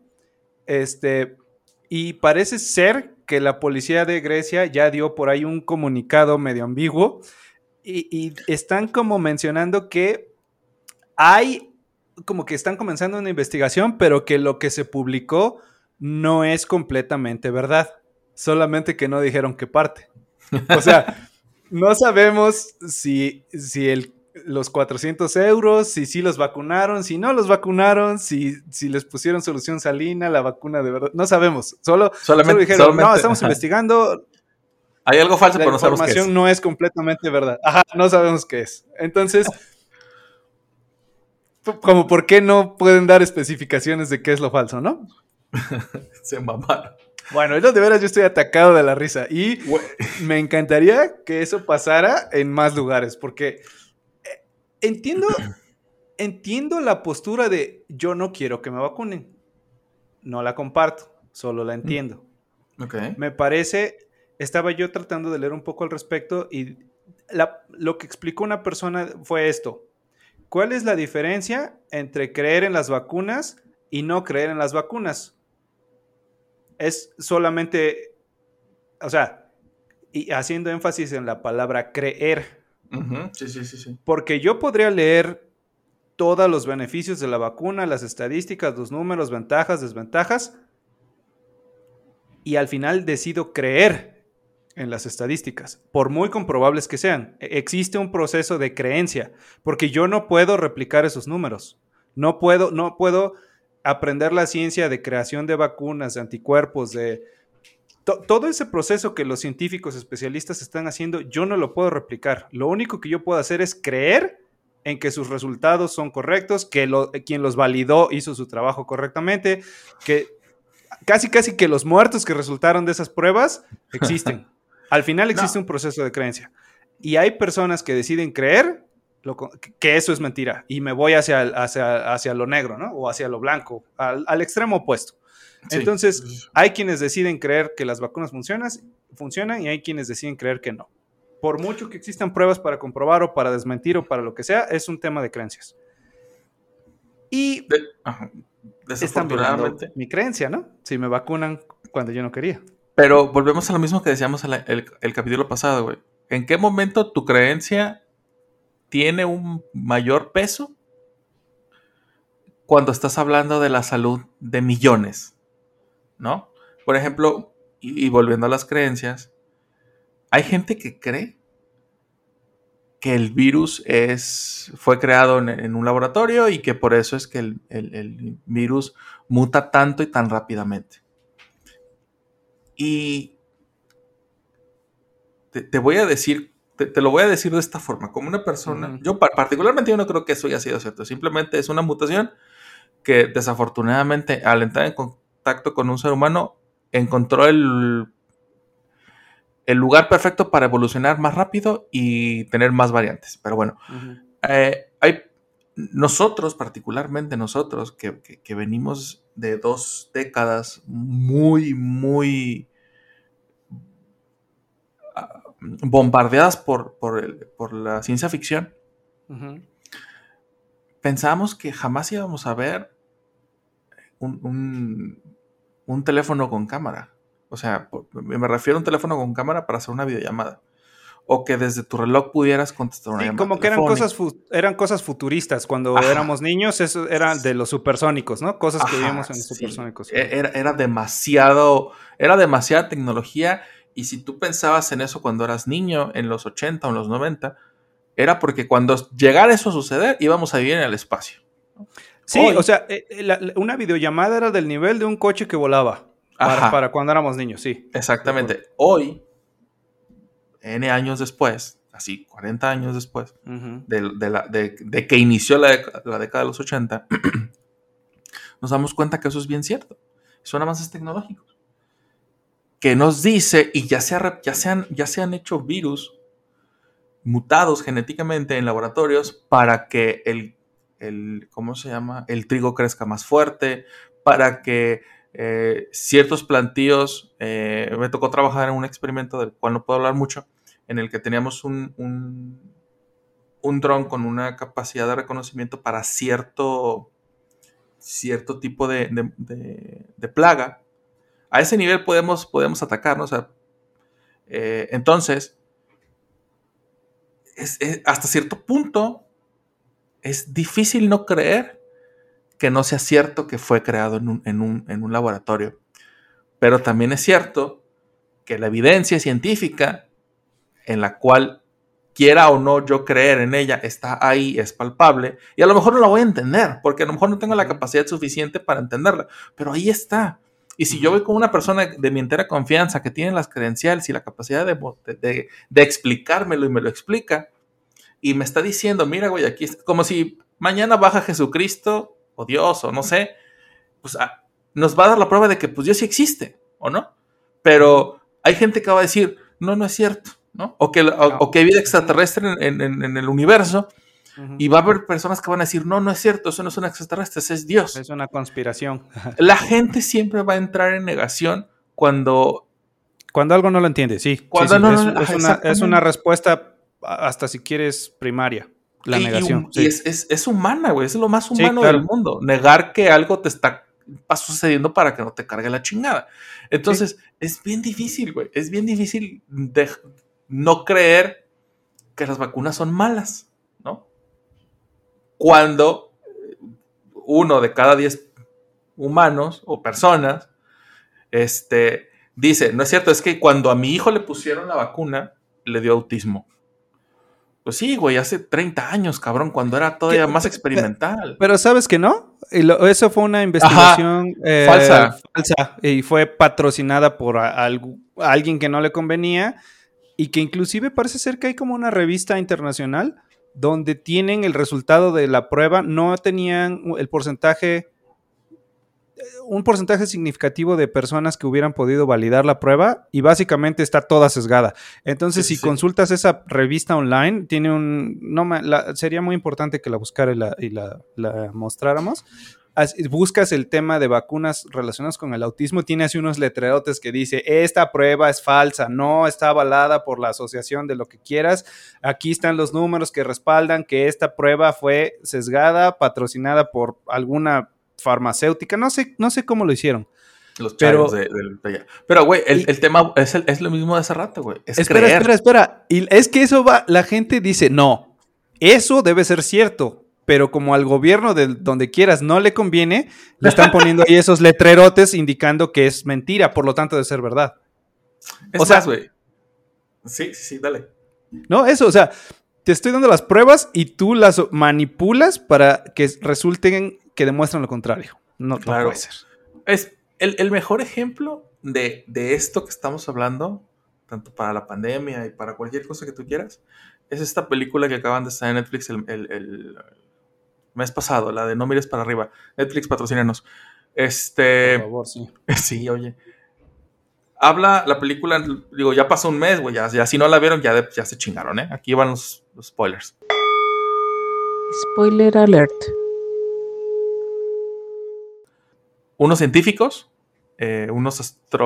Y parece ser que la policía de Grecia ya dio por ahí un comunicado medio ambiguo. Y están como mencionando que como que están comenzando una investigación, pero que lo que se publicó no es completamente verdad. Solamente que no dijeron qué parte. O sea, no sabemos si los 400 euros, si sí los vacunaron, si no los vacunaron, si les pusieron solución salina, la vacuna de verdad. No sabemos. Solo dijeron, no, estamos investigando. Hay algo falso, pero no sabemos qué es. La información no es completamente verdad. Ajá, no sabemos qué es. Entonces, como por qué no pueden dar especificaciones de qué es lo falso, ¿no? Se mamaron. Bueno, de veras yo estoy atacado de la risa y me encantaría que eso pasara en más lugares porque entiendo la postura de yo no quiero que me vacunen. No la comparto, solo la entiendo. Okay. Me parece, estaba yo tratando de leer un poco al respecto y lo que explicó una persona fue esto. ¿Cuál es la diferencia entre creer en las vacunas y no creer en las vacunas? Es solamente, o sea, y haciendo énfasis en la palabra creer. Uh-huh. Sí. Porque yo podría leer todos los beneficios de la vacuna, las estadísticas, los números, ventajas, desventajas, y al final decido creer en las estadísticas, por muy comprobables que sean. Existe un proceso de creencia, porque yo no puedo replicar esos números. No puedo aprender la ciencia de creación de vacunas, de anticuerpos, de todo ese proceso que los científicos especialistas están haciendo, yo no lo puedo replicar. Lo único que yo puedo hacer es creer en que sus resultados son correctos, que quien los validó hizo su trabajo correctamente, que casi que los muertos que resultaron de esas pruebas existen. Al final existe un proceso de creencia. Y hay personas que deciden creer que eso es mentira y me voy hacia lo negro, ¿no? O hacia lo blanco, al extremo opuesto. Sí. Entonces, hay quienes deciden creer que las vacunas funcionan y hay quienes deciden creer que no. Por mucho que existan pruebas para comprobar o para desmentir o para lo que sea, es un tema de creencias. Y están violando mi creencia, ¿no? Si me vacunan cuando yo no quería. Pero volvemos a lo mismo que decíamos el capítulo pasado, güey. ¿En qué momento tu creencia tiene un mayor peso cuando estás hablando de la salud de millones? ¿No? Por ejemplo, y volviendo a las creencias, hay gente que cree que el virus fue creado en un laboratorio y que por eso es que el virus muta tanto y tan rápidamente. Y te voy a decir, te lo voy a decir de esta forma, como una persona, yo particularmente yo no creo que eso haya sido cierto, simplemente es una mutación que desafortunadamente al entrar en contacto con un ser humano encontró el lugar perfecto para evolucionar más rápido y tener más variantes. Pero bueno, nosotros, particularmente nosotros, que venimos de 2 décadas muy bombardeadas por la ciencia ficción, pensábamos que jamás íbamos a ver un teléfono con cámara. O sea, me refiero a un teléfono con cámara para hacer una videollamada. O que desde tu reloj pudieras contestar una llamada. Como que eran cosas futuristas. Cuando éramos niños, eso era de los supersónicos, ¿no? Cosas que vimos en los supersónicos. Era demasiada tecnología. Y si tú pensabas en eso cuando eras niño, en los 80 o en los 90, era porque cuando llegara eso a suceder, íbamos a vivir en el espacio. Sí, o sea, una videollamada era del nivel de un coche que volaba. Para cuando éramos niños, sí. Exactamente. Hoy, N años después, así 40 años después, de que inició la década de los 80, nos damos cuenta que eso es bien cierto. Son avances tecnológicos. Que nos dice, y ya se han hecho virus mutados genéticamente en laboratorios para que ¿cómo se llama? El trigo crezca más fuerte, para que ciertos plantíos, me tocó trabajar en un experimento del cual no puedo hablar mucho, en el que teníamos un dron con una capacidad de reconocimiento para cierto tipo de plaga. A ese nivel podemos atacarnos. O sea, entonces, hasta cierto punto es difícil no creer que no sea cierto que fue creado en un laboratorio. Pero también es cierto que la evidencia científica, en la cual quiera o no yo creer en ella, está ahí, es palpable, y a lo mejor no la voy a entender, porque a lo mejor no tengo la capacidad suficiente para entenderla, pero ahí está. Y si yo voy con una persona de mi entera confianza que tiene las credenciales y la capacidad de explicármelo y me lo explica, y me está diciendo, mira, güey, aquí está, como si mañana baja Jesucristo, o Dios, o no sé, pues nos va a dar la prueba de que pues Dios sí existe, ¿o no? Pero hay gente que va a decir, no es cierto, ¿no? O que hay vida extraterrestre en el universo, y va a haber personas que van a decir, no es cierto, eso no es un extraterrestre, ese es Dios. Es una conspiración. La gente siempre va a entrar en negación cuando algo no lo entiende, sí. Es una respuesta, hasta si quieres, primaria. La negación. Y es humana, güey. Es lo más humano del mundo. Negar que algo te está sucediendo para que no te cargue la chingada. Entonces, es bien difícil, güey. Es bien difícil de no creer que las vacunas son malas, ¿no? Cuando 1 de cada 10 humanos o personas dice, no es cierto, es que cuando a mi hijo le pusieron la vacuna, le dio autismo. Pues sí, güey, hace 30 años, cabrón, cuando era todavía más experimental. Pero ¿sabes que no? Eso fue una investigación falsa y fue patrocinada por alguien que no le convenía, y que inclusive parece ser que hay como una revista internacional donde tienen el resultado de la prueba, no tenían un porcentaje significativo de personas que hubieran podido validar la prueba, y básicamente está toda sesgada. Entonces, si consultas esa revista online, tiene sería muy importante que la buscara y la mostráramos. Buscas el tema de vacunas relacionadas con el autismo, tiene así unos letrerotes que dice, esta prueba es falsa, no está avalada por la asociación de lo que quieras, aquí están los números que respaldan que esta prueba fue sesgada, patrocinada por alguna farmacéutica, no sé cómo lo hicieron. Los chavos pero, güey, el tema es lo mismo de hace rato, güey. Espera. Y es que eso la gente dice, no, eso debe ser cierto, pero como al gobierno de donde quieras no le conviene, le están poniendo ahí esos letrerotes indicando que es mentira, por lo tanto debe ser verdad. Güey. Sí, dale. No, eso, o sea, te estoy dando las pruebas y tú las manipulas para que resulten que demuestran lo contrario. No puede ser. Es el mejor ejemplo de esto que estamos hablando, tanto para la pandemia y para cualquier cosa que tú quieras, es esta película que acaban de estar en Netflix el mes pasado, la de No mires para arriba. Netflix, patrocínanos. Por favor, sí. Sí, oye. Habla la película, digo, ya pasó un mes, güey, ya si no la vieron, ya se chingaron, ¿eh? Aquí van los spoilers. Spoiler alert. Unos científicos, unos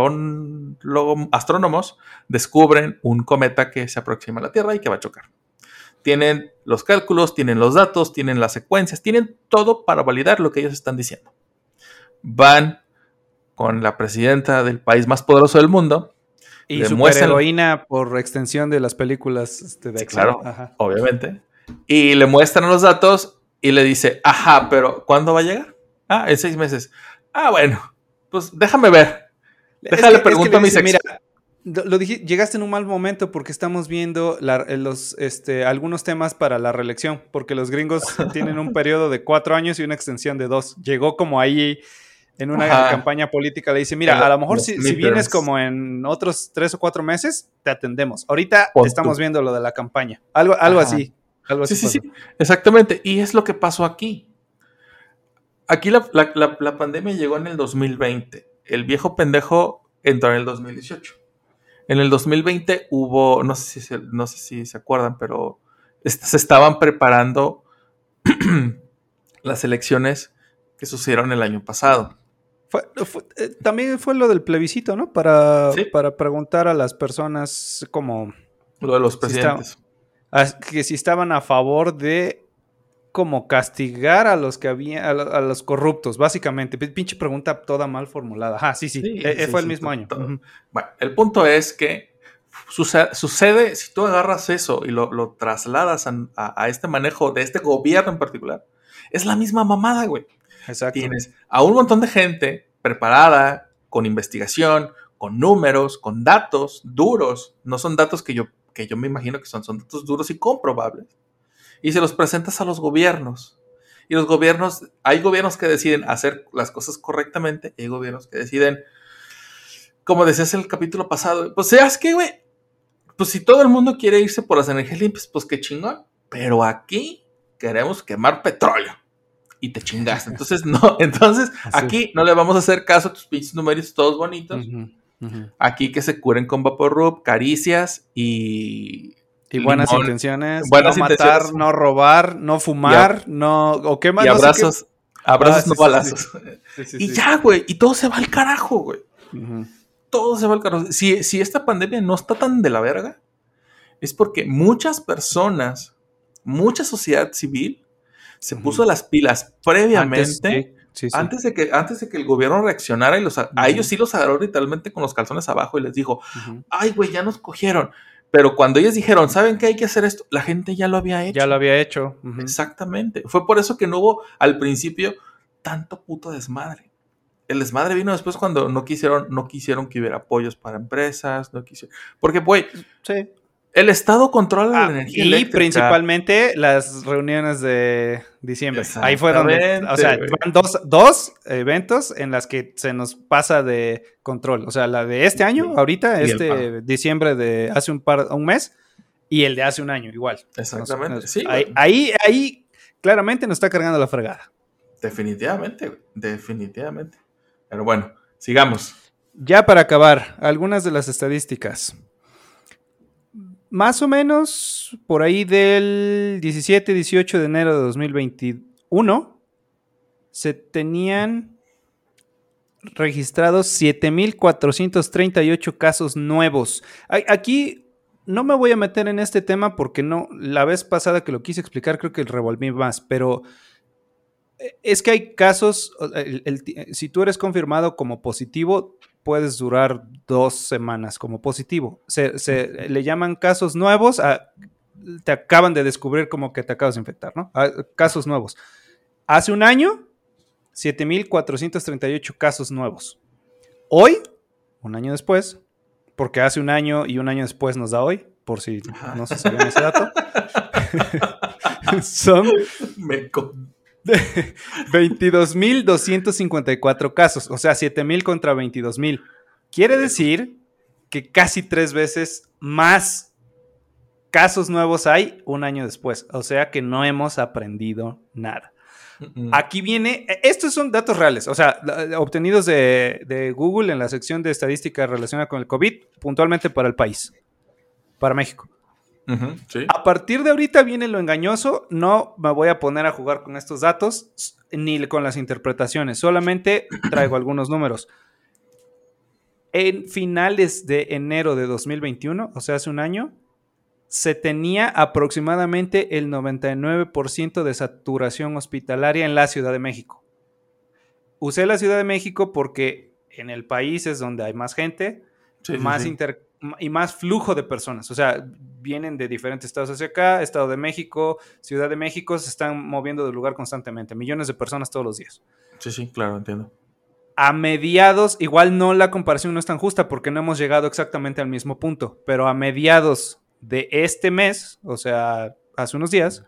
astrónomos, descubren un cometa que se aproxima a la Tierra y que va a chocar. Tienen los cálculos, tienen los datos, tienen las secuencias, tienen todo para validar lo que ellos están diciendo. Van con la presidenta del país más poderoso del mundo. Y superheroína por extensión de las películas de X-Men. Claro, obviamente. Y le muestran los datos y le dice, pero ¿cuándo va a llegar? En 6 meses. Bueno, pues déjame ver. Déjale pregunto a mis ex. Mira, lo dije, llegaste en un mal momento porque estamos viendo algunos temas para la reelección, porque los gringos tienen un periodo de 4 años y una extensión de 2. Llegó como ahí en una campaña política, le dice, mira, a lo mejor si vienes como en otros 3 o 4 meses, te atendemos. Ahorita estamos viendo lo de la campaña. Algo así. Sí, exactamente. Y es lo que pasó aquí. Aquí la pandemia llegó en el 2020. El viejo pendejo entró en el 2018. En el 2020 hubo, no sé si se acuerdan, pero se estaban preparando las elecciones que sucedieron el año pasado. También fue lo del plebiscito, ¿no? Para preguntar a las personas como... Lo de los presidentes. Que si estaban a favor de como castigar a los que a los corruptos, básicamente. Pinche pregunta toda mal formulada. Sí. Fue el mismo año. Bueno, el punto es que sucede, si tú agarras eso y lo trasladas a este manejo de este gobierno en particular, es la misma mamada, güey. Exacto. Tienes a un montón de gente preparada, con investigación, con números, con datos duros. No son datos que yo me imagino que son datos duros y comprobables. Y se los presentas a los gobiernos. Y hay gobiernos que deciden hacer las cosas correctamente y hay gobiernos que deciden, como decías en el capítulo pasado, pues ¿sabes qué, güey? Pues si todo el mundo quiere irse por las energías limpias, pues qué chingón. Pero aquí queremos quemar petróleo. Y te chingaste. Entonces aquí no le vamos a hacer caso a tus pinches numeritos todos bonitos. Aquí que se curen con Vaporub, caricias y buenas limón. intenciones. Buenas no intenciones. matar, no robar, no fumar, no... ¿O qué más? Y No sé abrazos. Abrazos, no balazos. Sí. Ya, güey. Y todo se va al carajo, güey. Todo se va al carajo. Si esta pandemia no está tan de la verga, es porque muchas personas, mucha sociedad civil, se puso las pilas previamente. Antes de que el gobierno reaccionara y a ellos sí los agarró literalmente con los calzones abajo y les dijo, ay, güey, ya nos cogieron. Pero cuando ellos dijeron, ¿saben qué hay que hacer esto? La gente ya lo había hecho. Ya lo había hecho. Exactamente. Fue por eso que no hubo al principio tanto puto desmadre. El desmadre vino después cuando no quisieron que hubiera apoyos para empresas, no quisieron. Porque, güey, el Estado controla la energía eléctrica. Y principalmente las reuniones de diciembre. Ahí fue donde, o sea, van dos eventos en las que se nos pasa de control. O sea, la de este año, ahorita, diciembre de hace un mes, y el de hace un año, igual. Exactamente, sí. Ahí claramente nos está cargando la fregada. Definitivamente, güey. Definitivamente. Pero bueno, sigamos. Ya para acabar, algunas de las estadísticas. Más o menos por ahí del 17-18 de enero de 2021 se tenían registrados 7,438 casos nuevos. Aquí no me voy a meter en este tema porque no, la vez pasada que lo quise explicar creo que revolví más, pero es que hay casos, si tú eres confirmado como positivo, puedes durar 2 semanas como positivo. Se le llaman casos nuevos. Te acaban de descubrir como que te acabas de infectar, ¿no? Casos nuevos. Hace un año, 7,438 casos nuevos. Hoy, un año después, porque hace un año y un año después nos da hoy, por si no se sabían ese dato, son 22,254 casos, o sea, 7,000 contra 22,000. Quiere decir que casi 3 veces más casos nuevos hay un año después, o sea que no hemos aprendido nada. Aquí viene, estos son datos reales, o sea, obtenidos de Google en la sección de estadística relacionada con el COVID, puntualmente para el país, para México. Sí. A partir de ahorita viene lo engañoso. No me voy a poner a jugar con estos datos ni con las interpretaciones. Solamente traigo algunos números. En finales de enero de 2021, o sea, hace un año, se tenía aproximadamente el 99% de saturación hospitalaria en la Ciudad de México. Usé la Ciudad de México porque en el país es donde hay más gente, y más flujo de personas. O sea, vienen de diferentes estados hacia acá, Estado de México, Ciudad de México, se están moviendo de lugar constantemente. Millones de personas todos los días. Sí, claro, entiendo. A mediados, igual no, la comparación no es tan justa porque no hemos llegado exactamente al mismo punto, pero a mediados de este mes, o sea, hace unos días,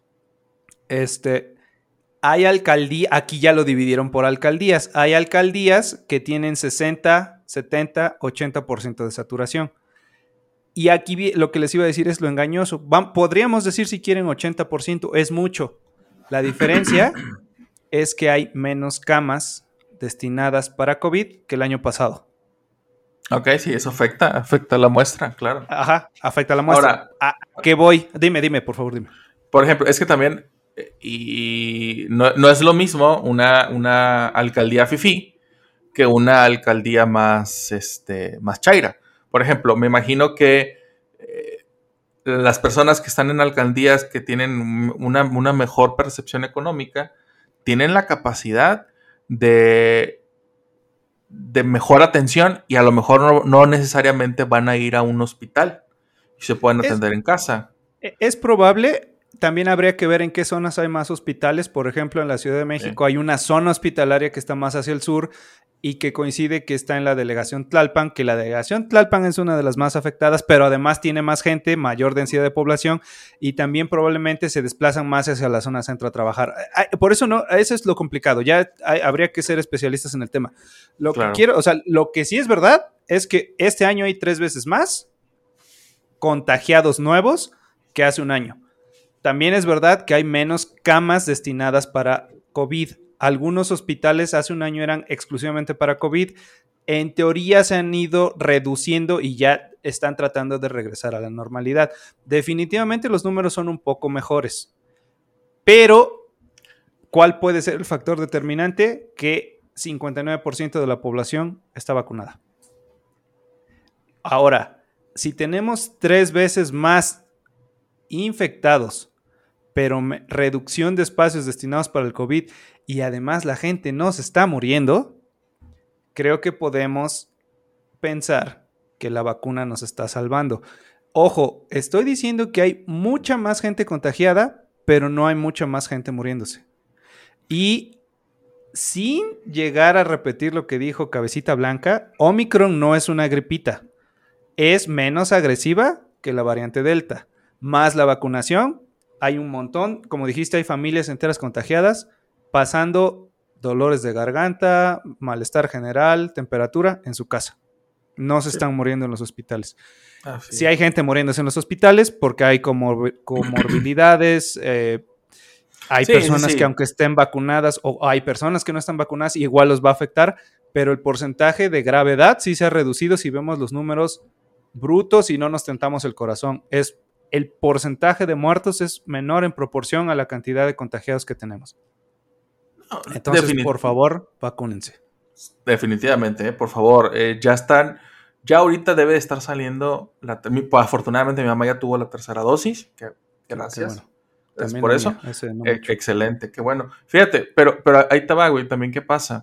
hay alcaldías, aquí ya lo dividieron por alcaldías, hay alcaldías que tienen 60, 70, 80% de saturación. Y aquí lo que les iba a decir es lo engañoso. Podríamos decir, si quieren, 80%, es mucho. La diferencia es que hay menos camas destinadas para COVID que el año pasado. Ok, sí, eso afecta la muestra, claro. Ajá, afecta la muestra. Ahora, ¿a qué voy? Dime, por favor, dime. Por ejemplo, es que también, y no es lo mismo una alcaldía fifí que una alcaldía más chaira. Por ejemplo, me imagino que las personas que están en alcaldías que tienen una mejor percepción económica tienen la capacidad de mejor atención y a lo mejor no necesariamente van a ir a un hospital y se pueden atender en casa. Es probable. También habría que ver en qué zonas hay más hospitales. Por ejemplo, en la Ciudad de México hay una zona hospitalaria que está más hacia el sur y que coincide que está en la delegación Tlalpan, que la delegación Tlalpan es una de las más afectadas, pero además tiene más gente, mayor densidad de población y también probablemente se desplazan más hacia la zona centro a trabajar. Por eso eso es lo complicado. Ya habría que ser especialistas en el tema. Lo que sí es verdad es que este año hay 3 veces más contagiados nuevos que hace un año. También es verdad que hay menos camas destinadas para COVID. Algunos hospitales hace un año eran exclusivamente para COVID. en teoría se han ido reduciendo y ya están tratando de regresar a la normalidad. Definitivamente los números son un poco mejores, pero ¿cuál puede ser el factor determinante? Que 59% de la población está vacunada. Ahora, si tenemos 3 veces más infectados, pero reducción de espacios destinados para el COVID y además la gente no se está muriendo, creo que podemos pensar que la vacuna nos está salvando. Ojo, estoy diciendo que hay mucha más gente contagiada, pero no hay mucha más gente muriéndose. Y sin llegar a repetir lo que dijo Cabecita Blanca, Omicron no es una gripita. Es menos agresiva que la variante Delta. Más la vacunación, hay un montón, como dijiste, hay familias enteras contagiadas, pasando dolores de garganta, malestar general, temperatura en su casa. No se están muriendo en los hospitales. Sí hay gente muriéndose en los hospitales porque hay comorbilidades, hay personas que aunque estén vacunadas o hay personas que no están vacunadas, igual los va a afectar, pero el porcentaje de gravedad sí se ha reducido si vemos los números brutos y no nos tentamos el corazón. El porcentaje de muertos es menor en proporción a la cantidad de contagiados que tenemos. Entonces, por favor, vacúnense. Definitivamente, por favor. Ya ahorita debe de estar saliendo, afortunadamente mi mamá ya tuvo la tercera dosis. Gracias. Es por eso. Excelente, qué bueno. Fíjate, pero ahí te va, güey, también qué pasa.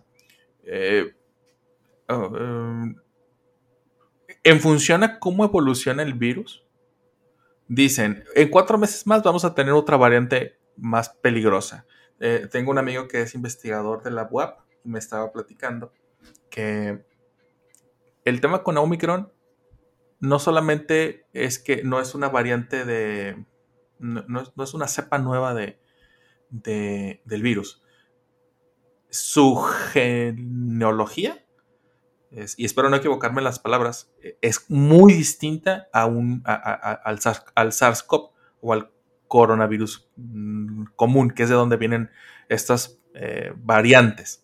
En función a cómo evoluciona el virus, dicen, en 4 meses más vamos a tener otra variante más peligrosa. Tengo un amigo que es investigador de la UAP y me estaba platicando que el tema con Omicron no solamente es que no es una variante no es una cepa nueva del virus. Su genealogía, y espero no equivocarme en las palabras, es muy distinta al SARS-CoV o al coronavirus común, que es de donde vienen estas variantes.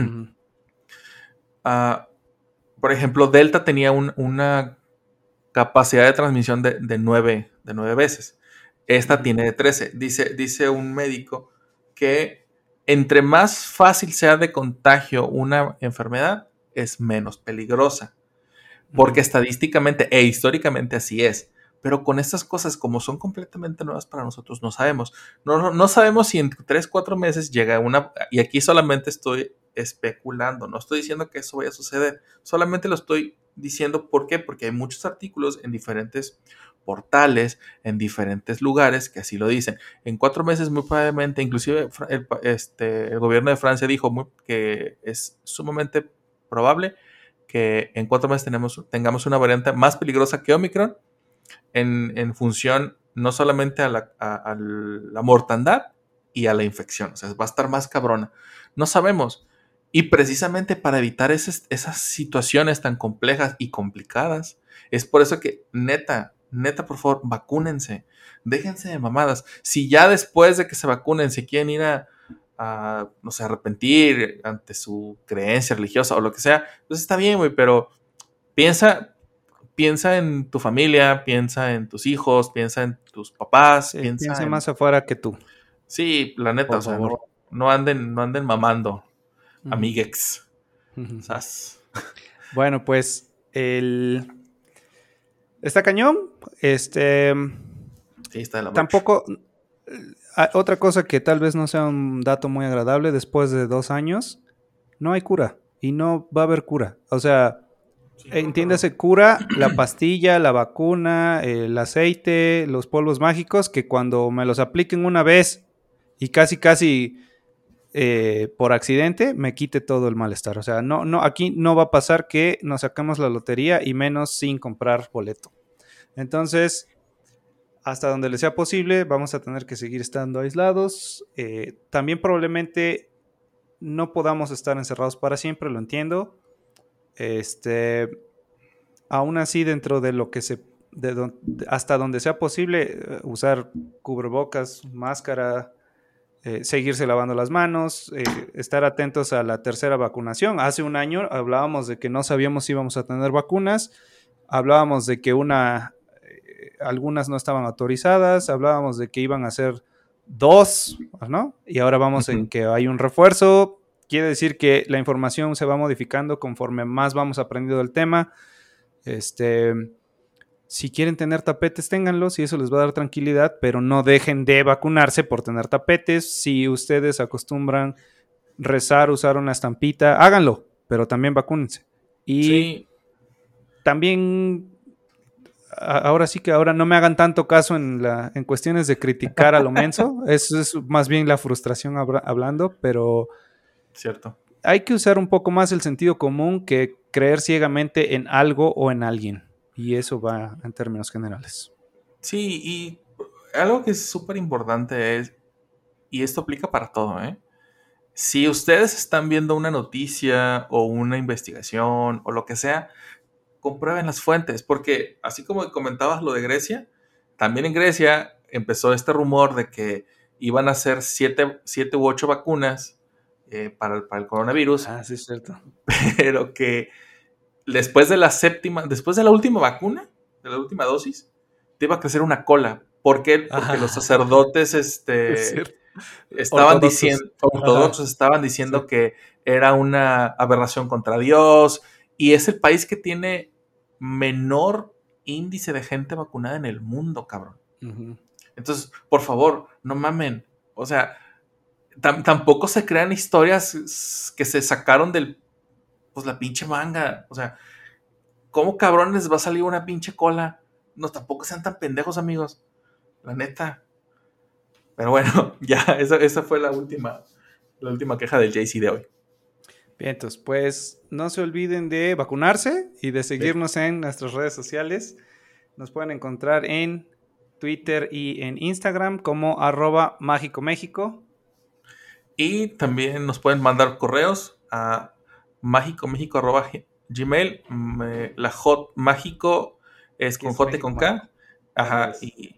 Por ejemplo, Delta tenía una capacidad de transmisión de 9 veces. Esta tiene de 13. Dice un médico que entre más fácil sea de contagio una enfermedad, es menos peligrosa. Porque estadísticamente e históricamente así es. Pero con estas cosas, como son completamente nuevas para nosotros, no sabemos. No sabemos si en 3-4 meses llega una... Y aquí solamente estoy especulando. No estoy diciendo que eso vaya a suceder. Solamente lo estoy diciendo. ¿Por qué? Porque hay muchos artículos en diferentes portales, en diferentes lugares que así lo dicen. En 4 meses muy probablemente, inclusive el gobierno de Francia dijo que es sumamente probable que en 4 meses tengamos una variante más peligrosa que Omicron en función no solamente a la mortandad y a la infección. O sea, va a estar más cabrona. No sabemos. Y precisamente para evitar esas situaciones tan complejas y complicadas, es por eso que neta, por favor, vacúnense. Déjense de mamadas. Si ya después de que se vacunen se quieren ir no sé, arrepentir ante su creencia religiosa o lo que sea, pues está bien, güey, pero piensa en tu familia, piensa en tus hijos, piensa en tus papás, sí, piensa más afuera que tú. Sí, la neta, o sea, no anden mamando, amiguex. Bueno, pues está cañón. Sí, está de la tampoco. Otra cosa que tal vez no sea un dato muy agradable, después de 2 años, no hay cura y no va a haber cura. O sea, entiéndase cura, la pastilla, la vacuna, el aceite, los polvos mágicos, que cuando me los apliquen una vez y casi por accidente me quite todo el malestar. O sea, no, aquí no va a pasar que nos saquemos la lotería y menos sin comprar boleto. Entonces, hasta donde les sea posible, vamos a tener que seguir estando aislados. También probablemente no podamos estar encerrados para siempre, lo entiendo. Aún así, dentro de lo que hasta donde sea posible, usar cubrebocas, máscara, seguirse lavando las manos, estar atentos a la tercera vacunación. Hace un año hablábamos de que no sabíamos si íbamos a tener vacunas, hablábamos de que algunas no estaban autorizadas, hablábamos de que iban a ser 2, ¿no? Y ahora vamos en que hay un refuerzo. Quiere decir que la información se va modificando conforme más vamos aprendiendo del tema. Si quieren tener tapetes, ténganlos y eso les va a dar tranquilidad, pero no dejen de vacunarse por tener tapetes. Si ustedes acostumbran rezar, usar una estampita, háganlo, pero también vacúnense. Y también, ahora sí que ahora no me hagan tanto caso en cuestiones de criticar a lo menso. Eso es más bien la frustración hablando, pero cierto. Hay que usar un poco más el sentido común que creer ciegamente en algo o en alguien. Y eso va en términos generales. Sí, y algo que es súper importante es, y esto aplica para todo, si ustedes están viendo una noticia o una investigación o lo que sea, comprueben las fuentes, porque así como comentabas lo de Grecia, también en Grecia empezó este rumor de que iban a hacer 7 u 8 vacunas para el coronavirus. Ah, sí, es cierto. Pero que después de la última vacuna, de la última dosis, te iba a crecer una cola. ¿Por qué? Porque los sacerdotes estaban diciendo que era una aberración contra Dios, y es el país que tiene menor índice de gente vacunada en el mundo, cabrón. Uh-huh. Entonces, por favor, no mamen. O sea, tampoco se crean historias que se sacaron la pinche manga. O sea, ¿cómo cabrones va a salir una pinche cola? No, tampoco sean tan pendejos, amigos. La neta. Pero bueno, ya, esa fue la última queja del JC de hoy. Bien, entonces, pues no se olviden de vacunarse y de seguirnos en nuestras redes sociales. Nos pueden encontrar en Twitter y en Instagram como @mágicomexico. Y también nos pueden mandar correos a mágicomexico@gmail. La hot mágico es con J con K. Ajá.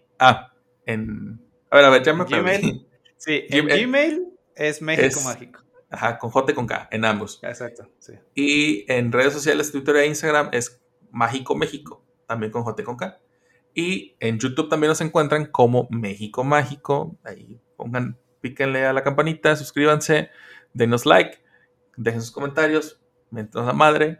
A ver, ya me Gmail. Sí, en Gmail es México Mágico. Ajá, con J con K, en ambos. Exacto, sí. Y en redes sociales, Twitter e Instagram es Mágico México, también con J con K. Y en YouTube también nos encuentran como México Mágico. Ahí píquenle a la campanita, suscríbanse, denos like, dejen sus comentarios, mientras la madre,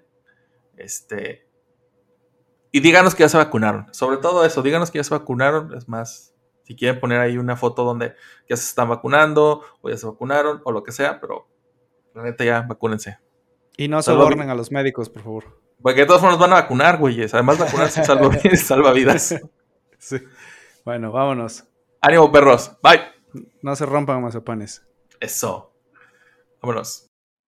y díganos que ya se vacunaron. Sobre todo eso, díganos que ya se vacunaron. Es más, si quieren poner ahí una foto donde ya se están vacunando, o ya se vacunaron, o lo que sea, pero la neta ya, vacúnense. Y no sobornen a los médicos, por favor. Porque de todas formas van a vacunar, güeyes. Además, vacunarse salva vidas. Sí. Bueno, vámonos. Ánimo, perros. Bye. No se rompan mazapanes. Eso. Vámonos.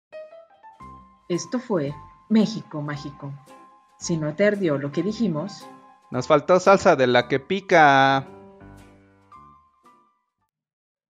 Esto fue México Mágico. Si no te ardió lo que dijimos, nos faltó salsa de la que pica.